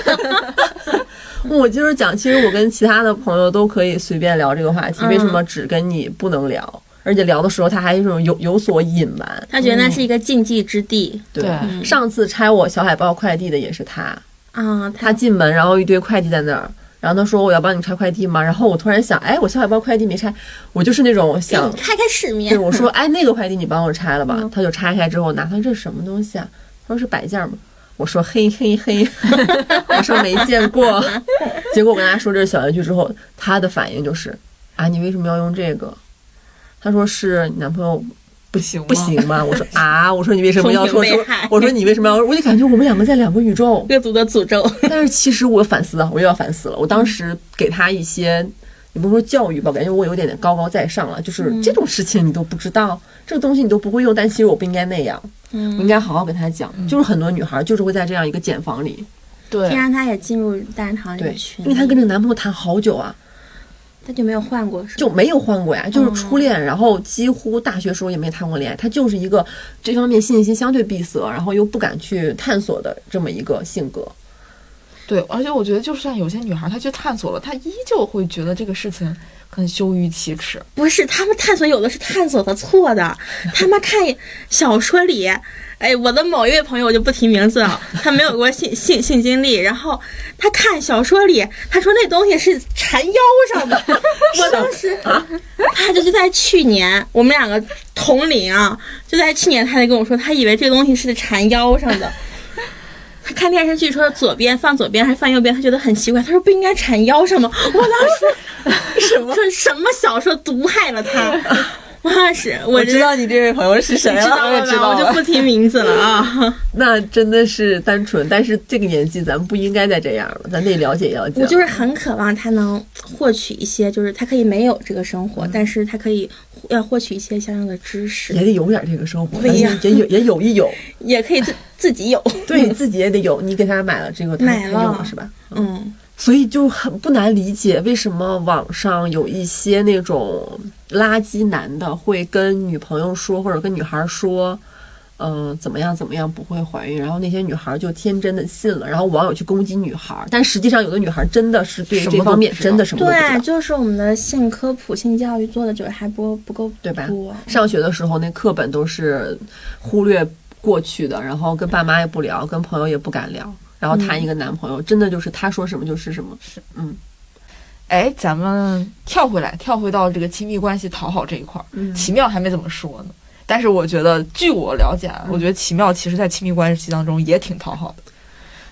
我就是讲，其实我跟其他的朋友都可以随便聊这个话题，为什么只跟你不能聊？而且聊的时候他还有所隐瞒， 他觉得那是一个禁忌之地。 对，上次拆我小海报快递的也是他他进门然后一堆快递在那儿。然后他说我要帮你拆快递吗？然后我突然想，我小海报快递没拆，我就是那种想开世面。 对，我说那个快递你帮我拆了吧。他就拆开之后拿，他说这是什么东西啊？他说是摆件吗？我说嘿嘿嘿，我说没见过。结果我跟他说这是小玩具之后，他的反应就是你为什么要用这个？他说是你男朋友不行吗？我说我说你为什么要说？我说你为什么要？我就感觉我们两个在两个宇宙， 各族的诅咒。 但是其实我反思了，我又要反思了。我当时给他一些，你不说教育吧，感觉我有点高高在上了。就是这种事情你都不知道，这个东西你都不会用，但其实我不应该那样，我应该好好跟他讲。就是很多女孩就是会在这样一个茧房里， 对，先让她也进入大人堂这个群， 因为她跟这个男朋友谈好久啊。 他就没有换过， 就没有换过呀，就是初恋，然后几乎大学时候也没谈过恋爱。他就是一个这方面信息相对闭塞，然后又不敢去探索的这么一个性格。 对，而且我觉得就算有些女孩她去探索了，她依旧会觉得这个事情很羞于启齿。 不是，他们探索有的是探索的错的，他们看小说里。我的某一位朋友，我就不提名字了，他没有过性经历，然后他看小说里，他说那东西是缠腰上的。我当时他就在去年，我们两个同龄啊，就在去年，他就跟我说，他以为这个东西是缠腰上的。他看电视剧说左边放左边还是放右边，他觉得很奇怪，他说不应该缠腰上吗？我当时什么小说毒害了他？我知道你这位朋友是谁了， 我知道，我就不提名字了啊。 那真的是单纯，但是这个年纪咱们不应该再这样了，咱得了解了解。 我就是很渴望他能获取一些，就是他可以没有这个生活，但是他可以要获取一些相应的知识， 也得有点这个生活，也有一有， 也可以自己有， 对，自己也得有。你给他买了这个，他用了是吧？所以就很不难理解为什么网上有一些那种垃圾男的会跟女朋友说，或者跟女孩说怎么样怎么样不会怀孕，然后那些女孩就天真的信了，然后网友去攻击女孩，但实际上有的女孩真的是对这方面真的什么都不知道。 对，就是我们的性科普性教育做的就是还不够对吧？上学的时候那课本都是忽略过去的，然后跟爸妈也不聊，跟朋友也不敢聊，然后谈一个男朋友，真的就是他说什么就是什么。 咱们跳回到这个亲密关系讨好这一块，奇妙还没怎么说呢。但是我觉得，据我了解，我觉得奇妙其实在亲密关系当中也挺讨好的。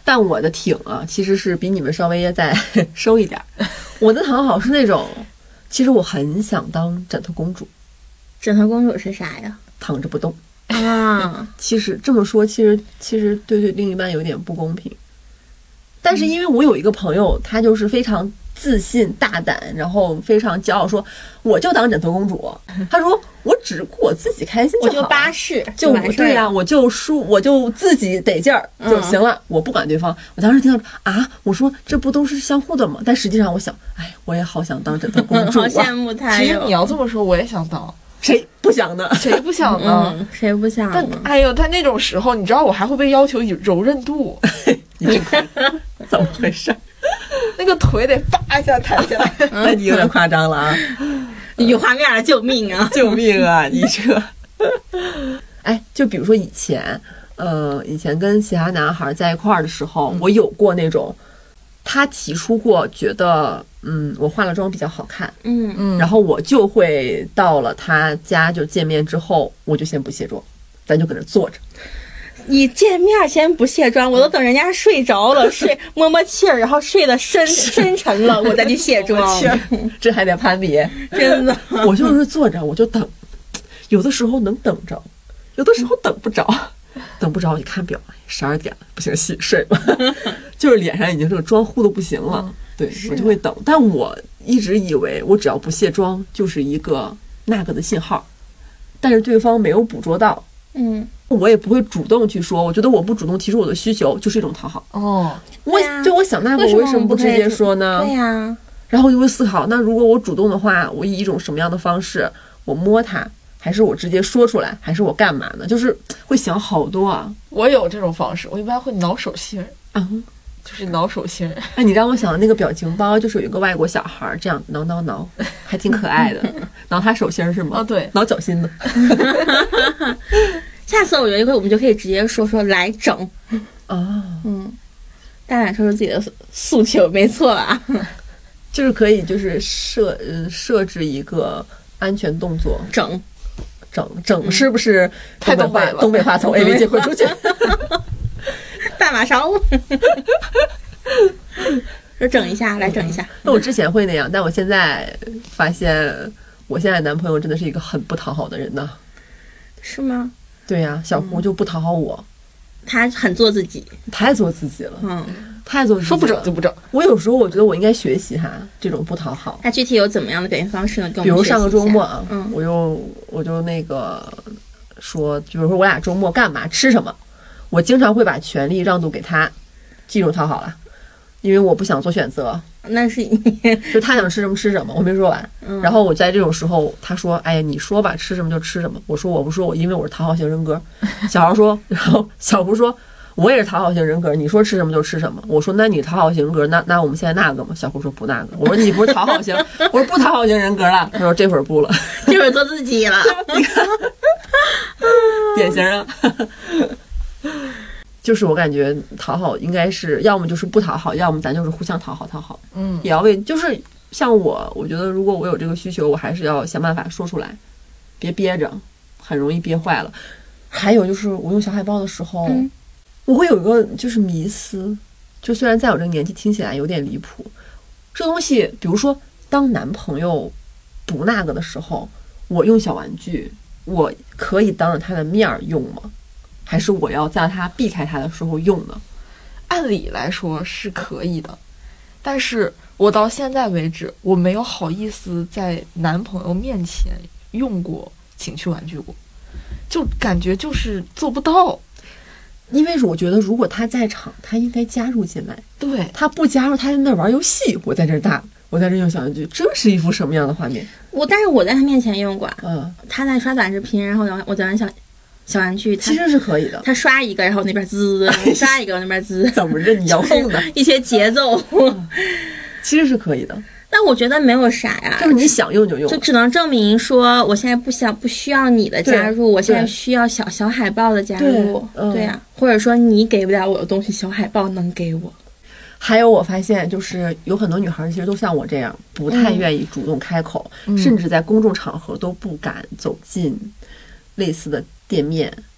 但我的挺啊，其实是比你们稍微再收一点。我的讨好是那种，其实我很想当枕头公主。 枕头公主是啥呀？ 躺着不动啊。 其实这么说，其实对另一半有点不公平。但是因为我有一个朋友，他就是非常自信大胆，然后非常骄傲，说我就当枕头公主。他说我只顾我自己开心就好， 我就巴适就对呀，我就自己得劲儿就行了，我不管对方。我当时听到啊，我说这不都是相互的吗？但实际上我想，哎，我也好想当枕头公主啊， 好羡慕他。 其实你要这么说，我也想当。 谁不想呢？ 谁不想呢？ 谁不想呢？ 但哎呦，他那种时候，你知道我还会被要求柔韧度。 你怎么回事？ 那个腿得叭一下弹起来。 那你有点夸张了啊！ 有画面了，救命啊！ 救命啊！你这，哎，就比如说以前跟其他男孩在一块儿的时候，我有过那种，他提出过觉得我化了妆比较好看，然后我就会到了他家就见面之后，我就先不卸妆，咱就搁那坐着。 你见面先不卸妆，我都等人家睡着了，摸摸气儿，然后睡得深沉了，我再去卸妆。 这还得攀比， 真的。 我就是坐着，我就等，有的时候能等着，有的时候等不着。等不着，一看表，12点了，不行，洗睡吧。就是脸上已经这个妆糊的不行了，对，我就会等。但我一直以为我只要不卸妆就是一个那个的信号，但是对方没有捕捉到。我也不会主动去说，我觉得我不主动提出我的需求就是一种讨好。我想那个，我为什么不直接说呢？ 对呀。 然后我就会思考，那如果我主动的话，我以一种什么样的方式？我摸它，还是我直接说出来，还是我干嘛呢？就是会想好多啊。 我有这种方式，我一般会挠手心儿，就是挠手心儿。 哎，你让我想到那个表情包，就是有一个外国小孩这样挠，还挺可爱的。挠他手心是吗？ 哦，对， 挠脚心的。 下次我觉得我们就可以直接说来整。大胆说出自己的诉求，没错吧？ 就是可以，就是设置一个安全动作，整是不是太东北了？ 东北话从 A 里接回出去。 大马勺。说整一下，来整一下。 那我之前会那样，但我现在发现，我现在男朋友真的是一个很不讨好的人呢。 是吗？ 对呀，小胡就不讨好我， 他很做自己， 太做自己了，太做自己了， 说不整就不整。 我有时候我觉得我应该学习他这种不讨好。 他具体有怎么样的表现方式呢？ 比如上个周末啊，我就那个说，比如说我俩周末干嘛吃什么，我经常会把权利让渡给他，这种讨好了，因为我不想做选择。 那是你， 就他想吃什么吃什么，我没说完。然后我在这种时候，他说：“哎呀，你说吧，吃什么就吃什么。”我说：“我不说，我因为我是讨好型人格。”小孩说，然后小胡说：“我也是讨好型人格，你说吃什么就吃什么。”我说：“那你讨好型人格，那我们现在那个吗？”小胡说：“不那个。”我说：“你不是讨好型？”我说：“不讨好型人格了。”他说：“这会儿不了， 这会儿做自己了。” 你看，典型啊。就是我感觉讨好应该是要么就是不讨好，要么咱就是互相讨好。也要为就是像我觉得如果我有这个需求，我还是要想办法说出来，别憋着，很容易憋坏了。还有就是我用小海报的时候，我会有一个就是迷思，就虽然在我这个年纪听起来有点离谱，这东西比如说当男朋友不那个的时候，我用小玩具，我可以当着他的面用吗？还是我要在他避开他的时候用呢？ 按理来说是可以的，但是我到现在为止，我没有好意思在男朋友面前用过情趣玩具过，就感觉就是做不到。 因为我觉得如果他在场，他应该加入进来。 对， 他不加入，他在那玩游戏，我在这打，我在这用小玩具，这是一幅什么样的画面？ 但是我在他面前用过，他在刷短视频，然后我在玩小玩具， 其实是可以的。 他刷一个，然后那边滋，刷一个那边滋， 怎么着你遥控的一些节奏， 其实是可以的。 但我觉得没有啥呀， 就是你想用就用， 就只能证明说我现在不需要你的加入，我现在需要小海豹的加入，对呀，或者说你给不了我的东西，小海豹能给我。 还有我发现就是有很多女孩其实都像我这样，不太愿意主动开口，甚至在公众场合都不敢走进类似的店面，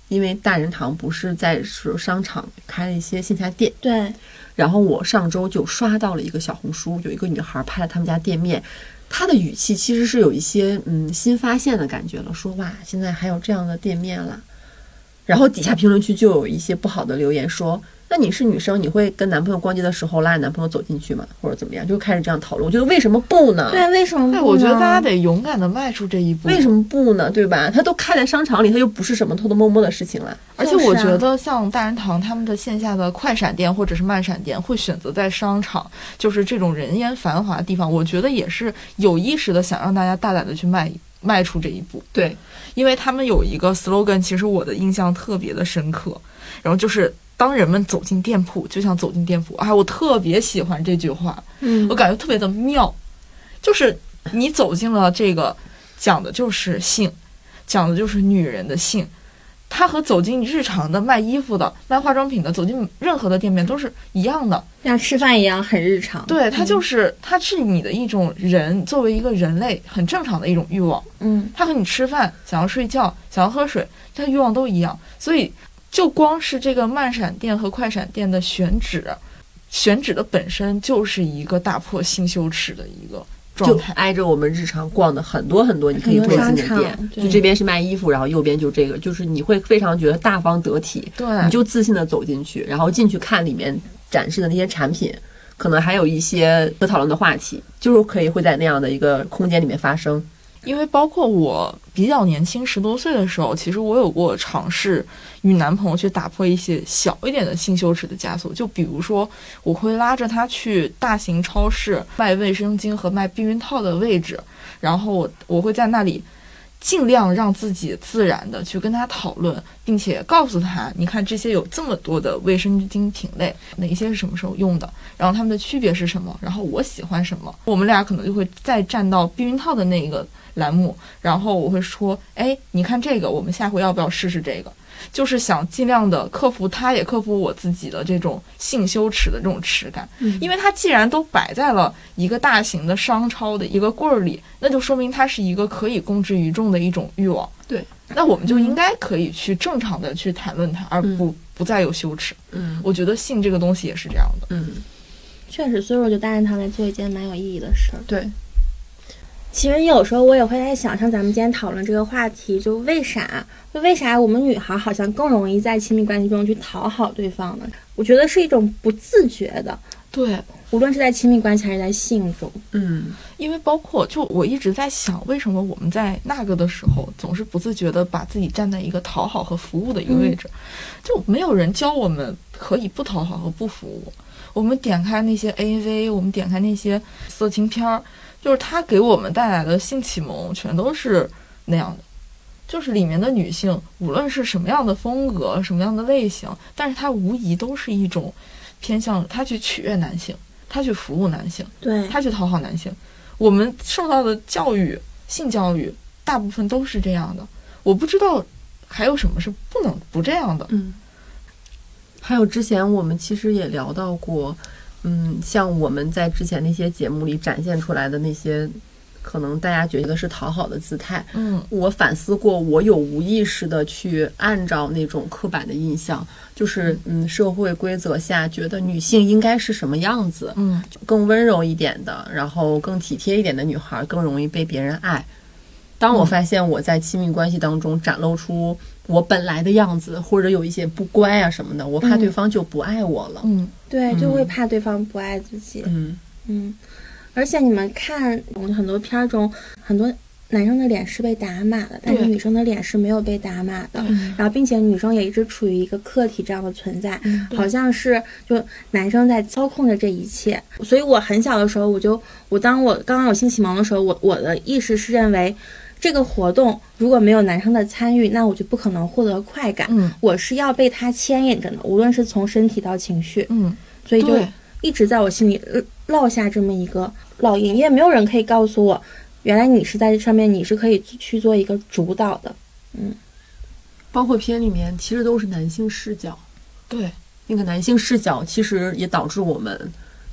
因为大人堂不是在商场开了一些线下店， 对。 然后我上周就刷到了一个小红书，有一个女孩拍了他们家店面，她的语气其实是有一些新发现的感觉了，说哇，现在还有这样的店面了。然后底下评论区就有一些不好的留言说，那你是女生，你会跟男朋友逛街的时候拉你男朋友走进去吗？或者怎么样？就开始这样讨论。我觉得为什么不呢？ 对，为什么不呢？ 我觉得大家得勇敢的迈出这一步。 为什么不呢？对吧？他都开在商场里，他又不是什么偷偷摸摸的事情了。 而且我觉得像大人堂他们的线下的快闪店或者是慢闪店会选择在商场，就是这种人烟繁华的地方，我觉得也是有意识的想让大家大胆的去迈出这一步。 对， 因为他们有一个 slogan， 其实我的印象特别的深刻，然后就是当人们走进店铺就像走进店铺，我特别喜欢这句话，我感觉特别的妙，就是你走进了这个，讲的就是性，讲的就是女人的性，它和走进日常的卖衣服的、卖化妆品的，走进任何的店面都是一样的， 像吃饭一样很日常。 对，它是你的一种人作为一个人类很正常的一种欲望。它和你吃饭、想要睡觉、想要喝水，这欲望都一样。所以就光是这个慢闪店和快闪店的选址的本身就是一个打破性羞耻的一个状态， 就挨着我们日常逛的很多很多你可以推进的店，就这边是卖衣服，然后右边就这个，就是你会非常觉得大方得体， 对， 你就自信的走进去，然后进去看里面展示的那些产品，可能还有一些可讨论的话题，就是会在那样的一个空间里面发生。 因为包括我比较年轻10多岁的时候，其实我有过尝试与男朋友去打破一些小一点的性羞耻的枷锁，就比如说我会拉着他去大型超市卖卫生巾和卖避孕套的位置，然后我会在那里尽量让自己自然的去跟他讨论，并且告诉他，你看这些有这么多的卫生巾品类，哪一些是什么时候用的，然后它们的区别是什么，然后我喜欢什么，我们俩可能就会再站到避孕套的那个栏目，然后我会说，你看这个，我们下回要不要试试这个，就是想尽量的克服他也克服我自己的这种性羞耻的这种耻感，因为他既然都摆在了一个大型的商超的一个柜儿里，那就说明它是一个可以公之于众的一种欲望， 对， 那我们就应该可以去正常的去谈论它，而不再有羞耻。我觉得性这个东西也是这样的。 确实，所以我觉得大人堂来做一件蛮有意义的事儿。 对。 其实有时候我也会在想，像咱们今天讨论这个话题，就为啥我们女孩好像更容易在亲密关系中去讨好对方呢？我觉得是一种不自觉的， 对， 无论是在亲密关系还是在性中。 因为包括就我一直在想，为什么我们在那个的时候总是不自觉的把自己站在一个讨好和服务的一个位置，就没有人教我们可以不讨好和不服务。我们点开那些 AV， 我们点开那些色情片儿，就是它给我们带来的性启蒙全都是那样的，就是里面的女性无论是什么样的风格什么样的类型，但是它无疑都是一种偏向她去取悦男性，她去服务男性， 对， 她去讨好男性。我们受到的教育，性教育大部分都是这样的，我不知道还有什么是不能不这样的。 还有之前我们其实也聊到过，像我们在之前那些节目里展现出来的那些可能大家觉得是讨好的姿态，我反思过，我有无意识的去按照那种刻板的印象，就是社会规则下觉得女性应该是什么样子，更温柔一点的，然后更体贴一点的女孩更容易被别人爱。当我发现我在亲密关系当中展露出我本来的样子，或者有一些不乖啊什么的，我怕对方就不爱我了。 对，就会怕对方不爱自己。而且你们看很多片中，很多男生的脸是被打码的，但是女生的脸是没有被打码的。然后并且女生也一直处于一个客体这样的存在，好像是就男生在操控着这一切。所以我很小的时候，当我刚刚有性启蒙的时候，我的意识是认为，这个活动如果没有男生的参与，那我就不可能获得快感。我是要被他牵引着的，无论是从身体到情绪。所以就一直在我心里落下这么一个烙印，因为没有人可以告诉我，原来你是在这上面，你是可以去做一个主导的。 包括片里面其实都是男性视角。 对， 那个男性视角其实也导致我们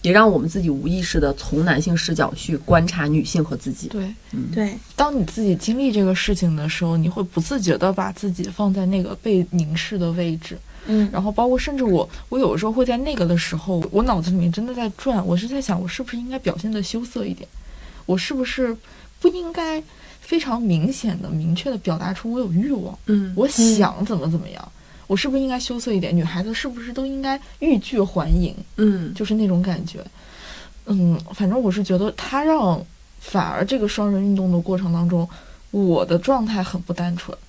也让我们自己无意识的从男性视角去观察女性和自己。 对， 对。 当你自己经历这个事情的时候，你会不自觉的把自己放在那个被凝视的位置。然后包括甚至我有时候会在那个的时候，我脑子里面真的在转，我是在想，我是不是应该表现的羞涩一点？我是不是不应该非常明显的、明确的表达出我有欲望？我想怎么样？我是不是应该羞涩一点？女孩子是不是都应该欲拒还迎？就是那种感觉。反正我是觉得它反而这个双人运动的过程当中，我的状态很不单纯。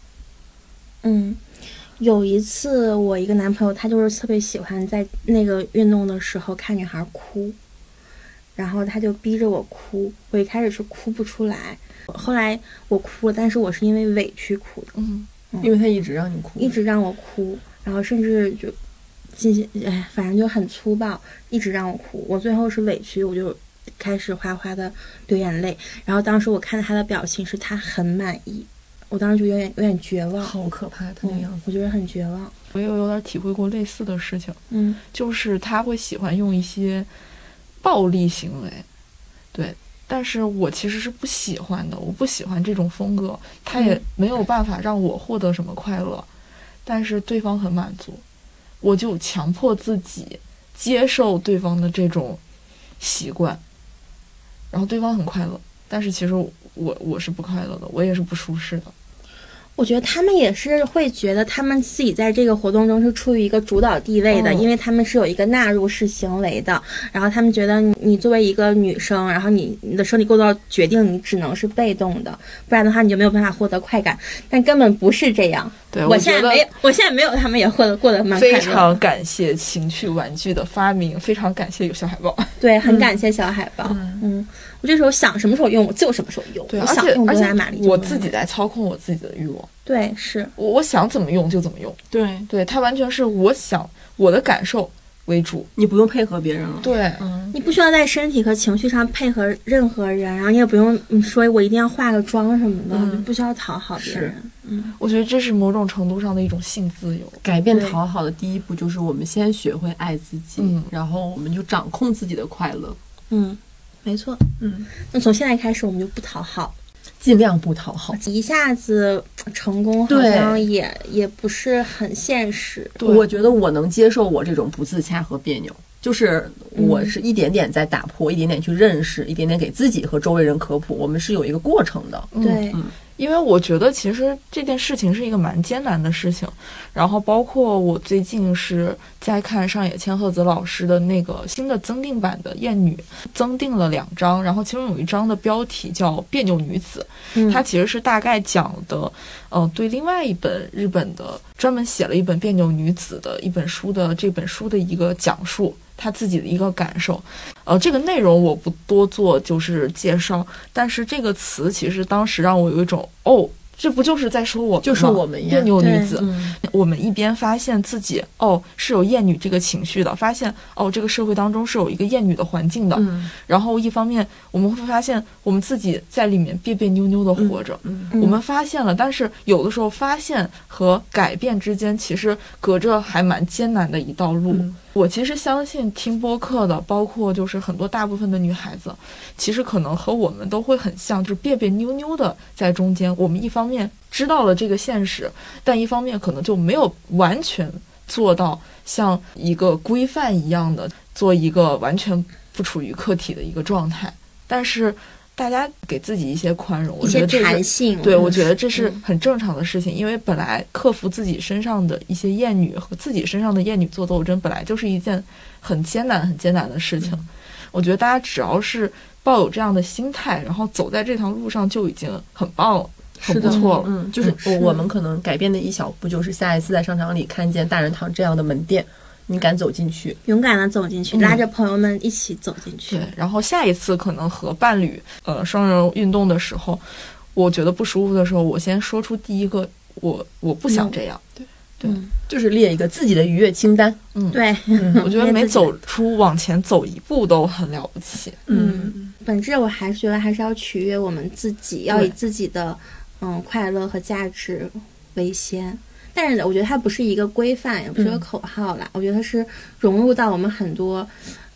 有一次我一个男朋友，他就是特别喜欢在那个运动的时候看女孩哭，然后他就逼着我哭。我一开始是哭不出来，后来我哭了，但是我是因为委屈哭的。 因为他一直让你哭， 一直让我哭，然后甚至就反正就很粗暴，一直让我哭。我最后是委屈，我就开始哗哗的流眼泪。然后当时我看他的表情是他很满意，我当时就有点绝望。 好可怕，他那样， 我觉得很绝望。 我也有点体会过类似的事情，就是他会喜欢用一些暴力行为，对。但是我其实是不喜欢的，我不喜欢这种风格，他也没有办法让我获得什么快乐，但是对方很满足，我就强迫自己接受对方的这种习惯，然后对方很快乐，但是其实我是不快乐的，我也是不舒适的。 我觉得他们也是会觉得他们自己在这个活动中是处于一个主导地位的，因为他们是有一个纳入式行为的，然后他们觉得你作为一个女生，然后你的生理构造决定你只能是被动的，不然的话你就没有办法获得快感，但根本不是这样。 对， 我现在没有，他们也过得蛮快乐的。 非常感谢情趣玩具的发明，非常感谢有小海豹。 对，很感谢小海豹。我这时候想什么时候用，我就什么时候用。 对， 我想用多大马力， 我自己在操控我自己的欲望。 对，是我想怎么用就怎么用。对，它完全是我的感受为主， 你不用配合别人了。 对， 你不需要在身体和情绪上配合任何人，然后你也不用说我一定要化个妆什么的，就不需要讨好别人。 我觉得这是某种程度上的一种性自由。 改变讨好的第一步就是我们先学会爱自己，然后我们就掌控自己的快乐。 没错。那从现在开始我们就不讨好， 尽量不讨好， 一下子成功好像也不是很现实。 我觉得我能接受我这种不自洽和别扭，就是我是一点点在打破，一点点去认识，一点点给自己和周围人科普，我们是有一个过程的。 对。 因为我觉得其实这件事情是一个蛮艰难的事情，然后包括我最近是在看上野千鹤子老师的那个新的增订版的《厌女》，增订了2章，然后其中有一章的标题叫《别扭女子》，它其实是大概讲的对另外一本日本的专门写了一本别扭女子的一本书的这本书的一个讲述，他自己的一个感受。这个内容我不多做就是介绍，但是这个词其实当时让我有一种这不就是在说我们吗？ 就是我们别扭女子。我们一边发现自己是有厌女这个情绪的，发现这个社会当中是有一个厌女的环境的，然后一方面我们会发现我们自己在里面别别扭扭的活着。我们发现了，但是有的时候发现和改变之间其实隔着还蛮艰难的一道路。我其实相信听播客的，包括就是很多大部分的女孩子，其实可能和我们都会很像，就是别别扭扭的在中间。我们一方面知道了这个现实，但一方面可能就没有完全做到像一个规范一样的做一个完全不处于客体的一个状态。但是大家给自己一些宽容，我觉得这是弹性。 对，我觉得这是很正常的事情，因为本来克服自己身上的一些厌女和自己身上的厌女做斗争，本来就是一件很艰难的事情。我觉得大家只要是抱有这样的心态，然后走在这条路上就已经很棒了，很不错了。 就是我们可能改变的一小步，就是下一次在商场里看见大人堂这样的门店，你敢走进去， 勇敢的走进去，拉着朋友们一起走进去。 对，然后下一次可能和伴侣双人运动的时候，我觉得不舒服的时候，我先说出第一个我不想这样。对， 就是列一个自己的愉悦清单。 对， 我觉得每走出往前走一步都很了不起。 本质我还是觉得还是要取悦我们自己，要以自己的快乐和价值为先。但是我觉得它不是一个规范，也不是一个口号啦。我觉得它是融入到我们很多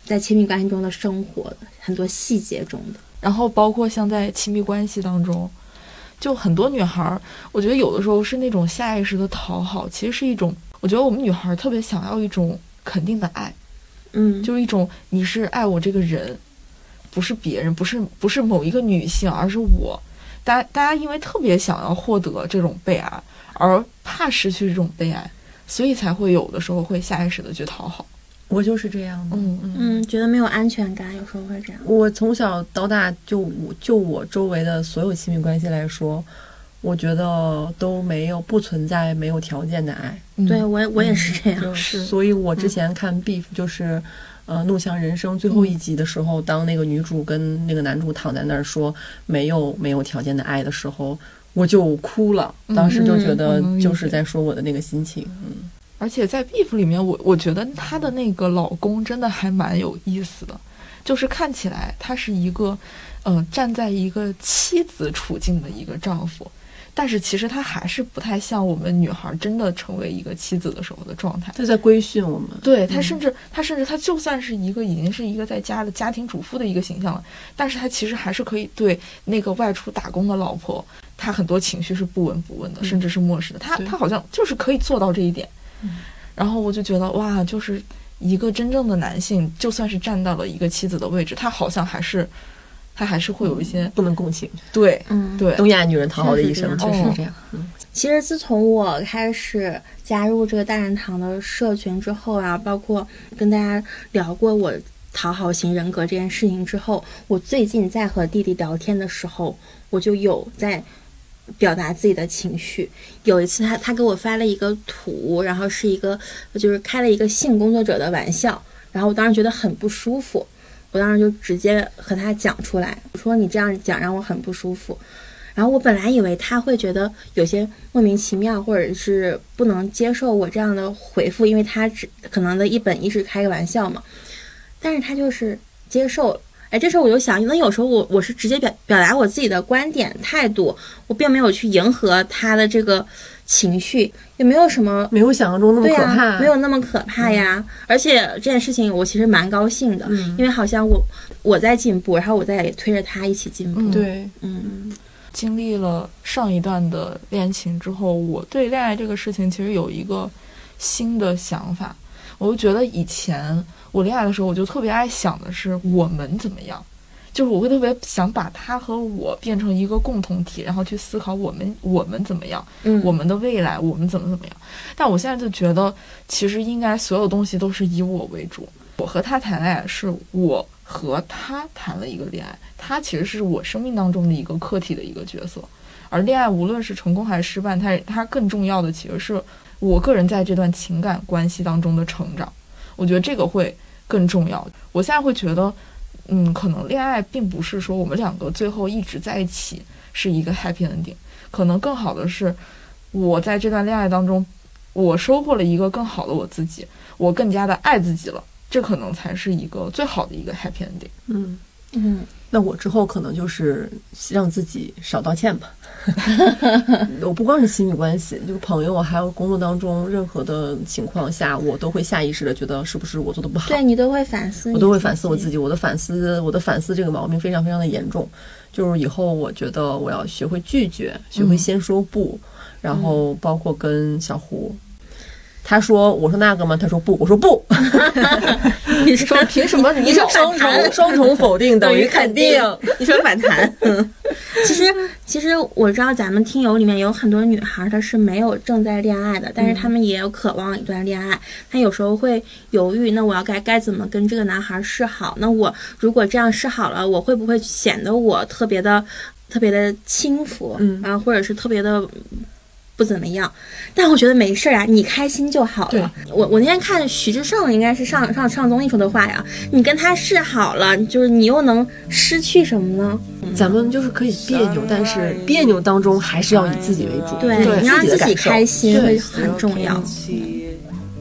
在亲密关系中的生活的很多细节中的。 然后包括像在亲密关系当中，就很多女孩，我觉得有的时候是那种下意识的讨好，其实是一种，我觉得我们女孩特别想要一种肯定的爱，就是一种你是爱我这个人，不是别人，不是某一个女性，而是我。大家因为特别想要获得这种被爱，而怕失去这种被爱，所以才会有的时候会下意识的去讨好。 我就是这样的， 觉得没有安全感，有时候会这样。 我从小到大，就我周围的所有亲密关系来说，我觉得都不存在没有条件的爱。 对，我也是这样。 是，所以我之前看 Beef 就是怒向人生最后一集的时候，当那个女主跟那个男主躺在那儿说没有条件的爱的时候，我就哭了。当时就觉得就是在说我的那个心情。 而且在 Beef 里面，我觉得她的那个老公真的还蛮有意思的，就是看起来他是一个站在一个妻子处境的一个丈夫，但是其实他还是不太像我们女孩真的成为一个妻子的时候的状态。 他在规训我们。 对，他甚至他就算是已经是一个在家的家庭主妇的一个形象了，但是他其实还是可以对那个外出打工的老婆，他很多情绪是不闻不问的，甚至是漠视的。他好像就是可以做到这一点。然后我就觉得哇，就是一个真正的男性，就算是站到了一个妻子的位置，他好像还是会有一些不能共情。 对，对， 东亚女人讨好的一生确实是这样。 其实自从我开始加入这个大人堂的社群之后啊，包括跟大家聊过我讨好型人格这件事情之后，我最近在和弟弟聊天的时候，我就有在表达自己的情绪。有一次他给我发了一个图，然后是一个就是开了一个性工作者的玩笑，然后我当时觉得很不舒服，我当时就直接和他讲出来，我说你这样讲让我很不舒服。然后我本来以为他会觉得有些莫名其妙，或者是不能接受我这样的回复，因为他可能的一本意是开个玩笑嘛，但是他就是接受了。这时候我就想，那有时候我是直接表达我自己的观点态度，我并没有去迎合他的这个情绪，也没有什么， 没有想象中那么可怕， 没有那么可怕呀。而且这件事情我其实蛮高兴的，因为好像我在进步，然后我在推着他一起进步。 对， 经历了上一段的恋情之后，我对恋爱这个事情其实有一个新的想法。我就觉得以前我恋爱的时候，我就特别爱想的是我们怎么样，就是我会特别想把他和我变成一个共同体，然后去思考我们怎么样，我们的未来，我们怎么样。但我现在就觉得，其实应该所有东西都是以我为主。我和他谈恋爱是我和他谈了一个恋爱，他其实是我生命当中的一个客体的一个角色。而恋爱无论是成功还是失败，它更重要的其实是我个人在这段情感关系当中的成长，我觉得这个会更重要。我现在会觉得可能恋爱并不是说我们两个最后一直在一起是一个 happy ending， 可能更好的是我在这段恋爱当中，我收获了一个更好的我自己，我更加的爱自己了，这可能才是一个最好的一个 happy ending。 那我之后可能就是让自己少道歉吧。我不光是亲密关系，就是朋友还有工作当中任何的情况下，我都会下意识的觉得是不是我做的不好。 对，你都会反思， 我都会反思我自己。我的反思这个毛病非常非常的严重，就是以后我觉得我要学会拒绝，学会先说不，然后包括跟小胡。他说：“我说那个吗？”他说：“不。”我说：“不。” 你说凭什么？你说双重否定等于肯定。 你说反弹。其实我知道咱们听友里面有很多女孩，她是没有正在恋爱的，但是她们也有渴望一段恋爱。她有时候会犹豫，那我要该怎么跟这个男孩示好？那我如果这样示好了，我会不会显得我特别的轻浮，然后或者是特别的不怎么样？但我觉得没事啊，你开心就好了。我那天看徐志胜应该是上综艺说的话呀，你跟他示好了，就是你又能失去什么呢？ 咱们就是可以别扭，但是别扭当中还是要以自己为主， 对，你让自己开心会很重要。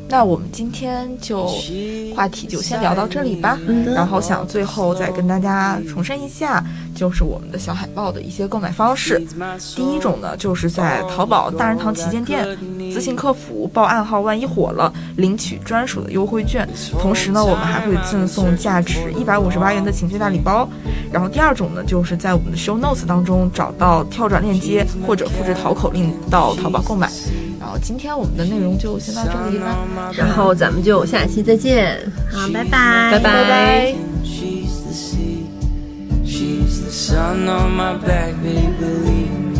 那我们今天就话题就先聊到这里吧。然后想最后再跟大家重申一下，就是我们的小海报的一些购买方式。第一种呢，就是在淘宝大人堂旗舰店咨询客服报暗号，万一火了领取专属的优惠券，同时呢我们还会赠送价值158元的情趣大礼包。然后第二种呢，就是在我们的 show notes 当中找到跳转链接或者复制淘口令到淘宝购买。然后今天我们的内容就先到这里了， 然后咱们就下期再见。 好，拜拜， 拜拜。 She's the sun on my back, baby, believe me.